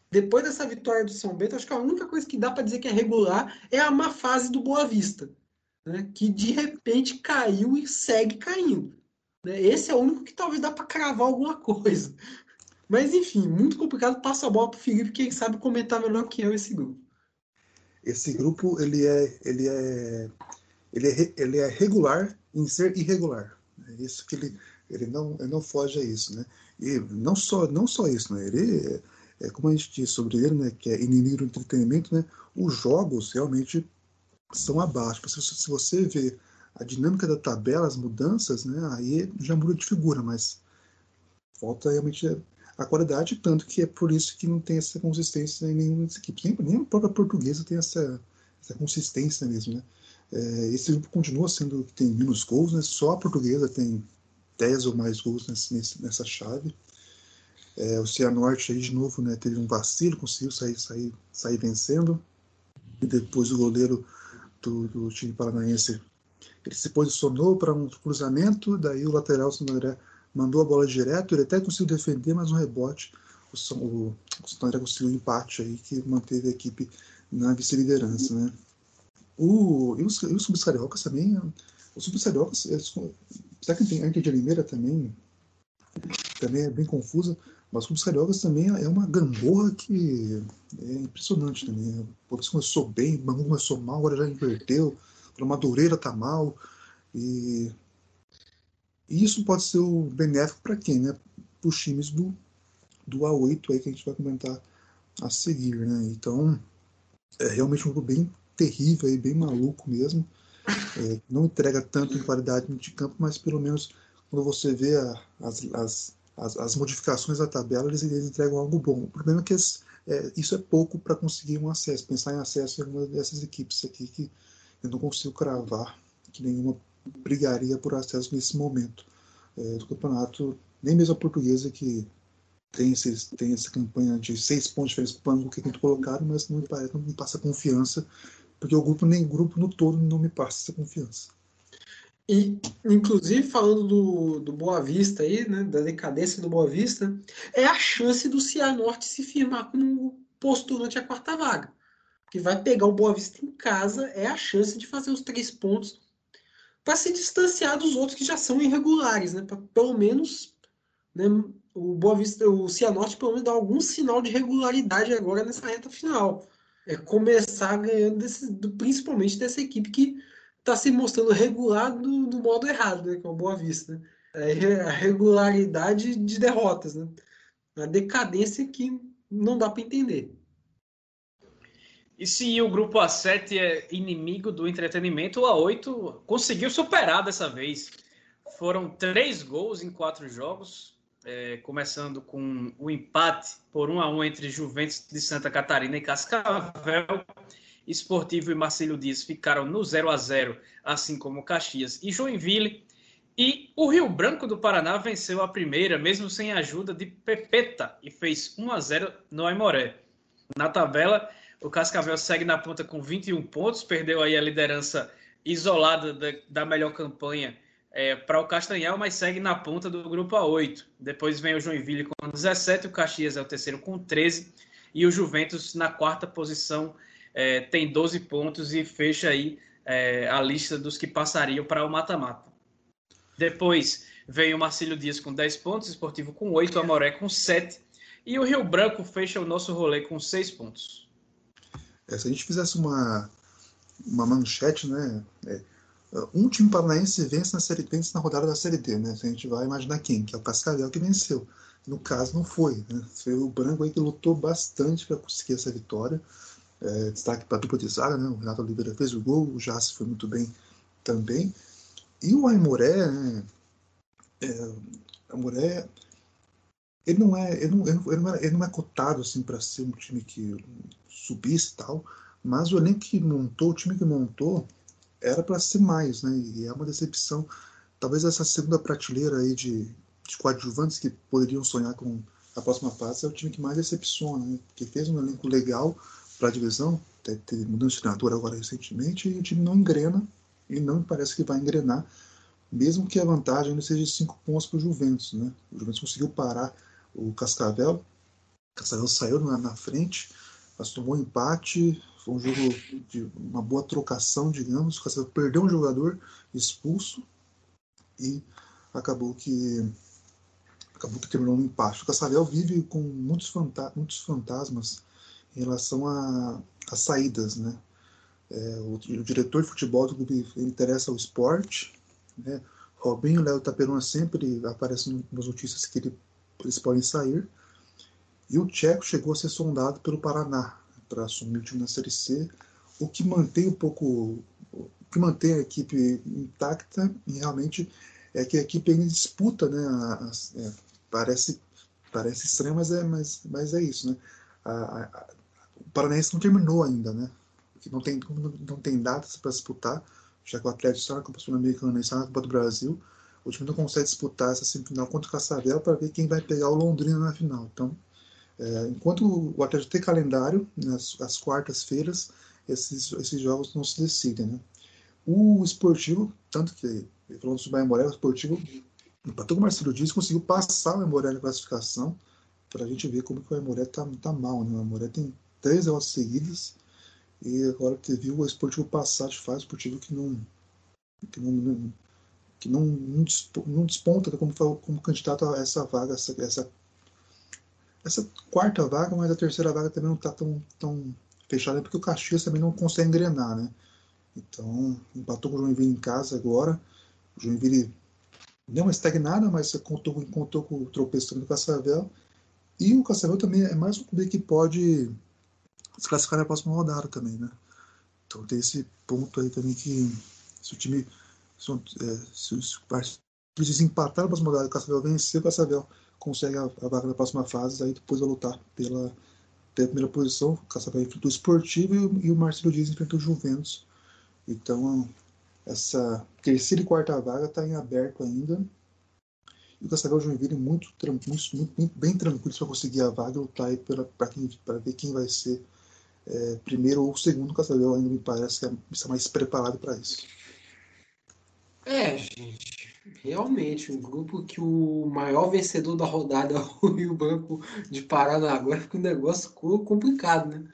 depois dessa vitória do São Bento, acho que a única coisa que dá para dizer que é regular é a má fase do Boa Vista, né? Que de repente caiu e segue caindo. Né? Esse é o único que talvez dá para cravar alguma coisa. Mas enfim, muito complicado. Passa a bola para o Felipe, que ele sabe comentar melhor que eu esse grupo. Esse grupo ele é, ele é, ele é, ele é regular em ser irregular. É isso que ele, ele não, ele não foge a isso, né? E não só, não só isso, né? Ele é, é como a gente disse sobre ele, né? Que é inimigo do entretenimento, né? Os jogos realmente são abaixo. Se, se você vê a dinâmica da tabela, as mudanças, né? Aí já muda de figura, mas falta realmente a qualidade, tanto que é por isso que não tem essa consistência em nenhuma das equipes. Nem, nem a própria portuguesa tem essa, essa consistência mesmo, né? É, esse grupo continua sendo que tem menos gols, né? Só a portuguesa tem dez ou mais gols nesse, nessa chave. É, o Cianorte aí de novo, né, teve um vacilo, conseguiu sair, sair, sair vencendo. E depois o goleiro do, do time paranaense, ele se posicionou para um cruzamento, daí o lateral Santo André mandou a bola direto, ele até conseguiu defender, mas no rebote o, o, o Santo André conseguiu um empate aí que manteve a equipe na vice-liderança, né? O, e os, e os subcariocas também, os subcariocas, será que tem a Inter de Limeira também, também é bem confusa, mas os subcariocas também é uma gangorra que é impressionante também. O Palmeiras começou bem, o Bangu começou mal, agora já inverteu, o Madureira tá mal, e, e isso pode ser o benéfico para quem, né? Para os times do, do A oito aí que a gente vai comentar a seguir, né? Então, é realmente um grupo bem terrível, aí, bem maluco mesmo. É, não entrega tanto em qualidade de campo, mas pelo menos quando você vê a, as, as, as, as modificações da tabela, eles, eles entregam algo bom. O problema é que es, é, isso é pouco para conseguir um acesso. Pensar em acesso em alguma dessas equipes aqui que eu não consigo cravar que nenhuma brigaria por acesso nesse momento é, do campeonato. Nem mesmo a portuguesa, que tem, esses, tem essa campanha de seis pontos de diferença para o que é muito colocado, mas não me, parece, não me passa confiança, porque o grupo, nem o grupo no todo, não me passa essa confiança. E, inclusive, falando do, do Boa Vista aí, né, da decadência do Boa Vista, é a chance do Cianorte se firmar como postulante à quarta vaga. Que vai pegar o Boa Vista em casa, é a chance de fazer os três pontos para se distanciar dos outros que já são irregulares, né? Para pelo menos, né, o Boa Vista, o Cianorte pelo menos dar algum sinal de regularidade agora nessa reta final. É começar ganhando desse, do, principalmente dessa equipe que está se mostrando regular do, do modo errado, né? Que é o Boa Vista. Né? É a regularidade de derrotas, né? A decadência que não dá para entender. E se o grupo A sete é inimigo do entretenimento, o A oito conseguiu superar dessa vez. Foram três gols em quatro jogos, é, começando com o empate por um a um entre Juventus de Santa Catarina e Cascavel. Esportivo e Marcílio Dias ficaram no zero a zero, assim como Caxias e Joinville. E o Rio Branco do Paraná venceu a primeira, mesmo sem a ajuda de Pepeta, e fez um a zero no Aimoré. Na tabela, o Cascavel segue na ponta com vinte e um pontos, perdeu aí a liderança isolada da, da melhor campanha é, para o Castanhal, mas segue na ponta do grupo A oito. Depois vem o Joinville com dezessete, o Caxias é o terceiro com treze, e o Juventus na quarta posição é, tem doze pontos e fecha aí é, a lista dos que passariam para o mata-mata. Depois vem o Marcílio Dias com dez pontos, o Esportivo com oito, o Aimoré com sete, e o Rio Branco fecha o nosso rolê com seis pontos. É, se a gente fizesse uma, uma manchete, né? É, um time paranaense vence na, série, vence na rodada da Série D, né? A gente vai imaginar quem? Que é o Cascavel que venceu. No caso, não foi. Né? Foi o Branco aí que lutou bastante para conseguir essa vitória. É, destaque para a dupla de zaga, né? O Renato Oliveira fez o gol, o Jace foi muito bem também. E o Aimoré, né? É, o Aimoré, ele não é, ele não, ele não é, ele não é cotado assim para ser um time que subisse e tal, mas o elenco que montou, o time que montou, era para ser mais, né? E é uma decepção. Talvez essa segunda prateleira aí de, de coadjuvantes que poderiam sonhar com a próxima fase é o time que mais decepciona, né? Porque fez um elenco legal para a divisão, teve mudança de treinador agora recentemente, e o time não engrena, e não me parece que vai engrenar, mesmo que a vantagem ainda seja de cinco pontos para o Juventus, né? O Juventus conseguiu parar o Cascavel, Cascavel saiu na, na frente, mas tomou um empate. Foi um jogo de uma boa trocação, digamos. O Cascavel perdeu um jogador expulso e acabou que acabou que terminou no empate. O Cascavel vive com muitos, fanta muitos fantasmas em relação às saídas, né? É, o, o diretor de futebol do clube interessa ao esporte, né? Robinho e Léo Taperuna sempre aparecem nas notícias que ele, eles podem sair. E o Tcheco chegou a ser sondado pelo Paraná para assumir o time na Série C, o que mantém um pouco, o que mantém a equipe intacta e realmente é que a equipe ainda disputa, né? A, a, é, parece, parece estranho, mas é, mas, mas é isso, né? A, a, a, o Paranaense não terminou ainda, né? Porque não tem, não, não tem datas para disputar, já que o Atlético está na Copa Sul-Americana e está na Copa do Brasil. O time não consegue disputar essa semifinal contra o Cascavel para ver quem vai pegar o Londrina na final. Então, é, enquanto o Atlético tem calendário, nas as quartas-feiras, esses, esses jogos não se decidem, né? O Esportivo, tanto que, falando sobre o Aimoré, o Esportivo empatou com o Marcelo Dias, conseguiu passar o Aimoré na classificação, para a gente ver como que o Aimoré está tá mal, né? O Aimoré tem três derrotas seguidas, e agora que viu o Esportivo passar de fase, o Esportivo que não que não, não, que não, não, não desponta como, como candidato a essa vaga, essa, essa, essa quarta vaga, mas a terceira vaga também não está tão, tão fechada, porque o Caxias também não consegue engrenar, né? Então, empatou com o Joinville em casa agora. O Joinville deu uma estagnada, mas contou, contou com o tropeço também do Cascavel. E o Cascavel também é mais um clube que pode se classificar na próxima rodada também, né? Então tem esse ponto aí também que se o time se, é, se os partidos empataram na próxima rodada, o Cascavel vencer, o Cascavel consegue a, a vaga na próxima fase, aí depois vai lutar pela, pela primeira posição. O Cascavel enfrenta o Esportivo e o, e o Marcelo Dias enfrenta o Juventus. Então essa terceira e quarta vaga está em aberto ainda. E o Cascavel e o Joinville muito, muito, muito, muito bem tranquilos para conseguir a vaga e lutar aí para ver quem vai ser é, primeiro ou segundo. O Cascavel ainda me parece que está mais preparado para isso. É, gente, realmente, um grupo que o maior vencedor da rodada é o Rio Branco de Paraná. Agora fica um negócio complicado, né?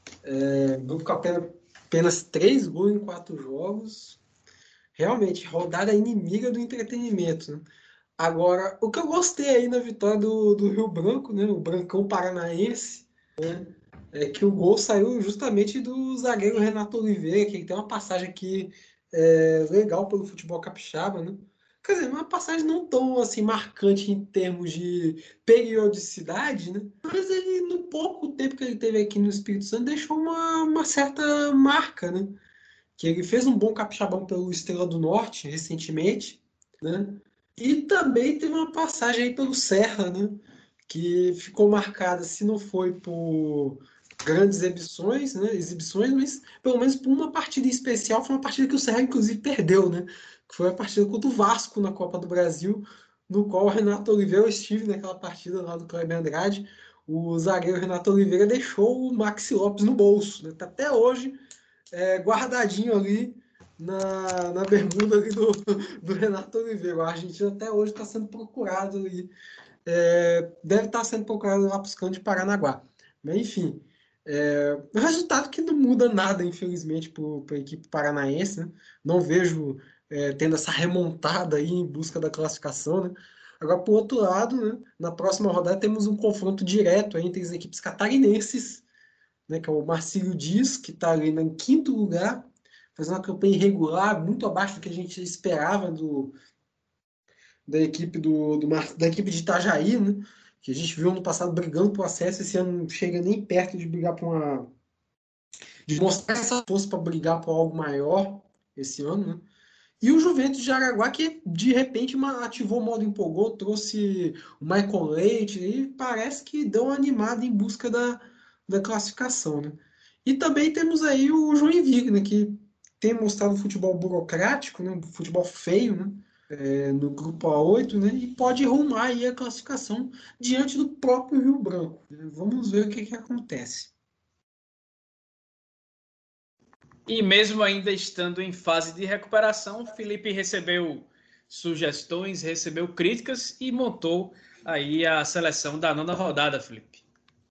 É, grupo com apenas, apenas três gols em quatro jogos. Realmente, rodada inimiga do entretenimento, né? Agora, o que eu gostei aí na vitória do, do Rio Branco, né, o Brancão Paranaense, né, é que o gol saiu justamente do zagueiro Renato Oliveira, que tem uma passagem aqui é, legal pelo futebol capixaba, né? Quer dizer, uma passagem não tão assim, marcante em termos de periodicidade, né? Mas ele, no pouco tempo que ele teve aqui no Espírito Santo, deixou uma, uma certa marca, né? Que ele fez um bom capixabão pelo Estrela do Norte recentemente, né? E também teve uma passagem aí pelo Serra, né? Que ficou marcada, se não foi por grandes exibições, né? exibições, mas pelo menos por uma partida em especial, foi uma partida que o Serra, inclusive, perdeu, né? Que foi a partida contra o Vasco na Copa do Brasil, no qual o Renato Oliveira, eu estive naquela partida lá do Kleber Andrade, o zagueiro Renato Oliveira deixou o Maxi Lopes no bolso, né? Tá até hoje é, guardadinho ali Na, na bermuda ali do, do Renato Oliveira. O argentino até hoje está sendo procurado ali. É, deve estar sendo procurado lá para os cantos de Paranaguá. Mas, enfim, é, o resultado que não muda nada, infelizmente, para a equipe paranaense. Né? Não vejo é, tendo essa remontada aí em busca da classificação. Né? Agora, por outro lado, né, na próxima rodada temos um confronto direto aí entre as equipes catarinenses, né, que é o Marcílio Dias, que está ali em quinto lugar, fazendo uma campanha irregular, muito abaixo do que a gente esperava do, da, equipe do, do, da equipe de Itajaí, né? Que a gente viu no passado brigando por acesso, esse ano não chega nem perto de brigar por uma... de mostrar essa força para brigar por algo maior esse ano, né? E o Juventus de Araguá, que de repente ativou o modo empolgou, trouxe o Michael Leite, e parece que deu uma animada em busca da, da classificação, né? E também temos aí o Joinville, né, que tem mostrado futebol burocrático, né, futebol feio, né, é, no grupo A oito, né, e pode arrumar aí a classificação diante do próprio Rio Branco. Vamos ver o que, que acontece. E mesmo ainda estando em fase de recuperação, o Felipe recebeu sugestões, recebeu críticas e montou aí a seleção da nona rodada, Felipe.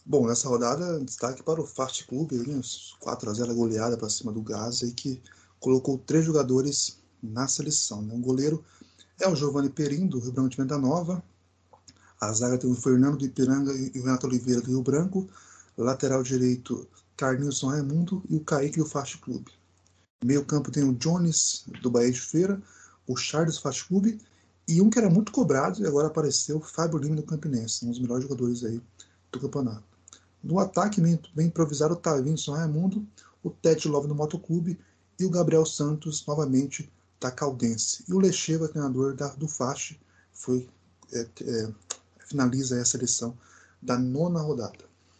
Bom, nessa rodada, destaque para o Fast Club, né, quatro a zero goleada para cima do Gaza, e que colocou três jogadores na seleção. Né? O goleiro é o Giovanni Perim, do Rio Branco de Venda Nova. A zaga tem o Fernando do Ipiranga e o Renato Oliveira, do Rio Branco. Lateral direito, Carnilson Raimundo e o Kaique do Fast Club. Meio campo tem o Jones, do Bahia de Feira, o Charles do Fast Club, e um que era muito cobrado e agora apareceu, Fábio Lima do Campinense, um dos melhores jogadores aí do campeonato. No ataque, bem improvisado, o Tavinson Raimundo, o Ted Love do Motoclube e o Gabriel Santos, novamente, da Caldense. E o Lecheva, treinador da, do Fast, foi, é, é, finaliza essa edição da nona rodada.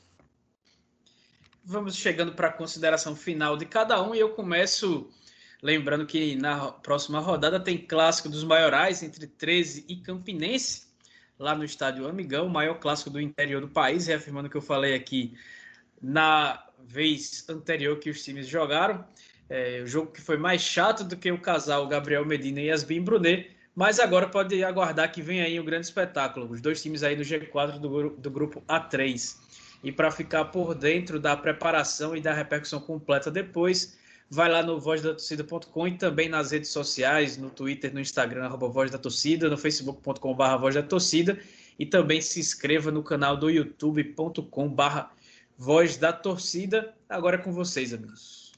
Vamos chegando para a consideração final de cada um e eu começo lembrando que na próxima rodada tem clássico dos maiorais entre treze e Campinense, lá no estádio Amigão, o maior clássico do interior do país, reafirmando o que eu falei aqui na vez anterior que os times jogaram. É, o jogo que foi mais chato do que o casal Gabriel Medina e Yasmin Brunet, mas agora pode aguardar que vem aí um grande espetáculo. Os dois times aí do G quatro do, do grupo A três. E para ficar por dentro da preparação e da repercussão completa depois, vai lá no voz da torcida ponto com e também nas redes sociais, no Twitter, no Instagram, arroba Voz da Torcida, no facebook ponto com barra Voz da Torcida, e também se inscreva no canal do youtube ponto com barra Voz da Torcida. Agora é com vocês, amigos.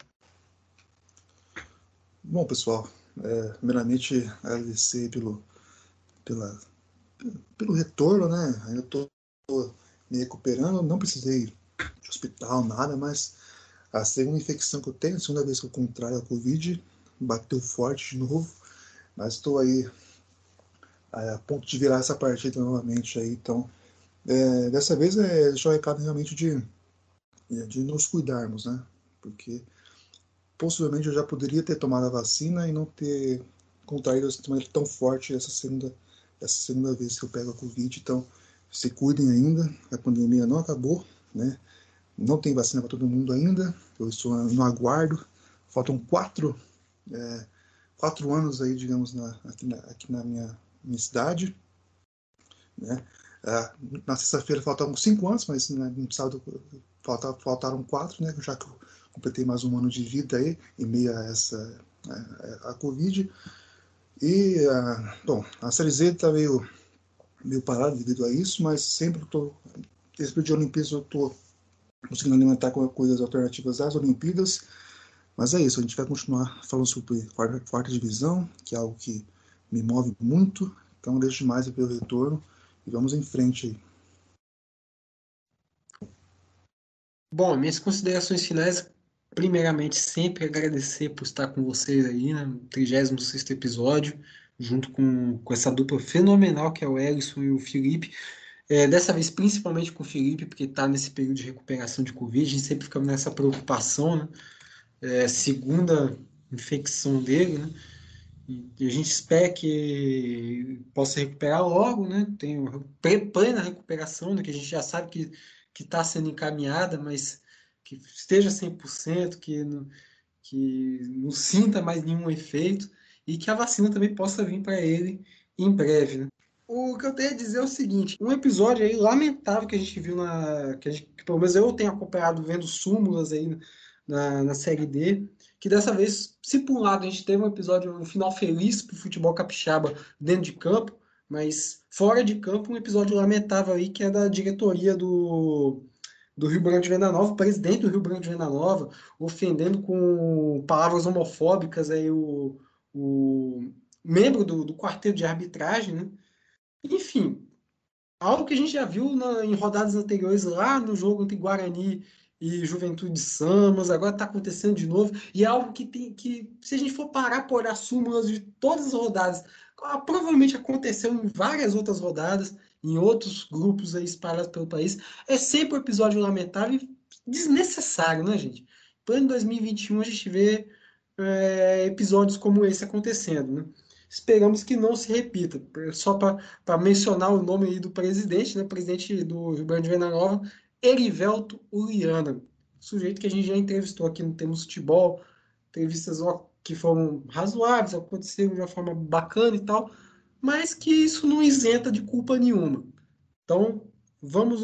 Bom, pessoal, é, primeiramente agradecer pelo, pela, pelo retorno, né? Eu estou me recuperando, não precisei de hospital, nada, mas a segunda infecção que eu tenho, a segunda vez que eu contraio a Covid, bateu forte de novo, mas estou aí a ponto de virar essa partida novamente aí, então é, dessa vez é deixar o recado realmente de, de nos cuidarmos, né? Porque possivelmente eu já poderia ter tomado a vacina e não ter contraído de maneira tão forte essa segunda, essa segunda vez que eu pego a Covid, então se cuidem ainda, a pandemia não acabou, né? Não tem vacina para todo mundo ainda, eu estou no aguardo, faltam quatro, é, quatro anos aí, digamos, na, aqui, na, aqui na minha, minha cidade, né? É, na sexta-feira faltavam cinco anos, mas né, no sábado faltaram, faltaram quatro, né? Já que eu completei mais um ano de vida aí, em meio a essa a, a Covid. E, a, bom, a Série Z está meio, meio parada devido a isso, mas sempre estou, esse período de Olimpíadas eu estou conseguindo alimentar com coisas alternativas às Olimpíadas, mas é isso, a gente vai continuar falando sobre quarta, quarta divisão, que é algo que me move muito, então deixo mais pelo retorno e vamos em frente aí. Bom, minhas considerações finais, primeiramente sempre agradecer por estar com vocês aí, né, no trigésimo sexto episódio, junto com, com essa dupla fenomenal que é o Ellison e o Felipe. É, dessa vez, principalmente com o Felipe, porque está nesse período de recuperação de Covid, a gente sempre fica nessa preocupação, né? É, segunda infecção dele, né? E, e a gente espera que possa recuperar logo, né? Tem plena recuperação, né? Que a gente já sabe que que está sendo encaminhada, mas que esteja cem por cento, que não, que não sinta mais nenhum efeito e que a vacina também possa vir para ele em breve, né? O que eu tenho a dizer é o seguinte, um episódio aí lamentável que a gente viu na... que, a gente, que pelo menos eu tenho acompanhado vendo súmulas aí na, na Série D, que dessa vez, se por um lado a gente teve um episódio, um final feliz para o futebol capixaba dentro de campo, mas fora de campo um episódio lamentável aí que é da diretoria do, do Rio Branco de Venda Nova, o presidente do Rio Branco de Venda Nova, ofendendo com palavras homofóbicas aí o, o membro do, do quarteto de arbitragem, né? Enfim, algo que a gente já viu na, em rodadas anteriores lá no jogo entre Guarani e Juventude de Samas, agora está acontecendo de novo, e é algo que, tem, que se a gente for parar por olhar súmulas de todas as rodadas, provavelmente aconteceu em várias outras rodadas, em outros grupos aí espalhados pelo país, é sempre um episódio lamentável e desnecessário, né, gente? Plano dois mil e vinte e um a gente vê é, episódios como esse acontecendo, né? Esperamos que não se repita. Só para mencionar o nome aí do presidente, né? Presidente do Rio Branco de Venda Nova, Erivelto Uliana, sujeito que a gente já entrevistou aqui no Temos Futebol, entrevistas que foram razoáveis, aconteceram de uma forma bacana e tal, mas que isso não isenta de culpa nenhuma. Então, vamos nos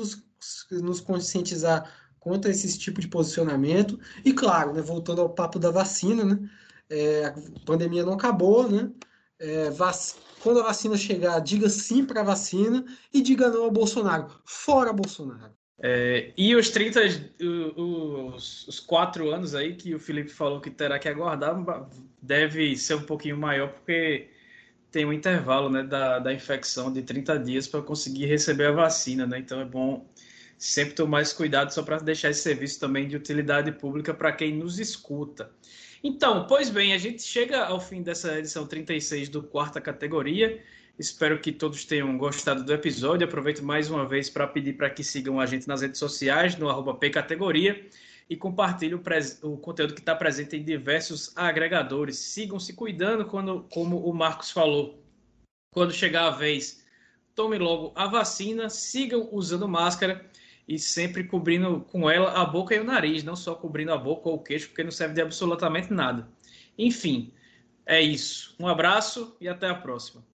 nos conscientizar quanto a esse tipo de posicionamento. E claro, né, voltando ao papo da vacina, né, é, a pandemia não acabou, né? É, vac... Quando a vacina chegar, diga sim para a vacina e diga não ao Bolsonaro. Fora Bolsonaro. É, e os trinta, os, os quatro anos aí que o Felipe falou que terá que aguardar, deve ser um pouquinho maior, porque tem um intervalo, né, da, da infecção de trinta dias para conseguir receber a vacina, né? Então é bom sempre tomar esse cuidado só para deixar esse serviço também de utilidade pública para quem nos escuta. Então, pois bem, a gente chega ao fim dessa edição trinta e seis do Quarta Categoria. Espero que todos tenham gostado do episódio. Aproveito mais uma vez para pedir para que sigam a gente nas redes sociais, no arroba pcategoria, e compartilhem o, pres... o conteúdo que está presente em diversos agregadores. Sigam se cuidando, quando, como o Marcos falou. Quando chegar a vez, tome logo a vacina, sigam usando máscara e sempre cobrindo com ela a boca e o nariz, não só cobrindo a boca ou o queixo, porque não serve de absolutamente nada. Enfim, é isso. Um abraço e até a próxima.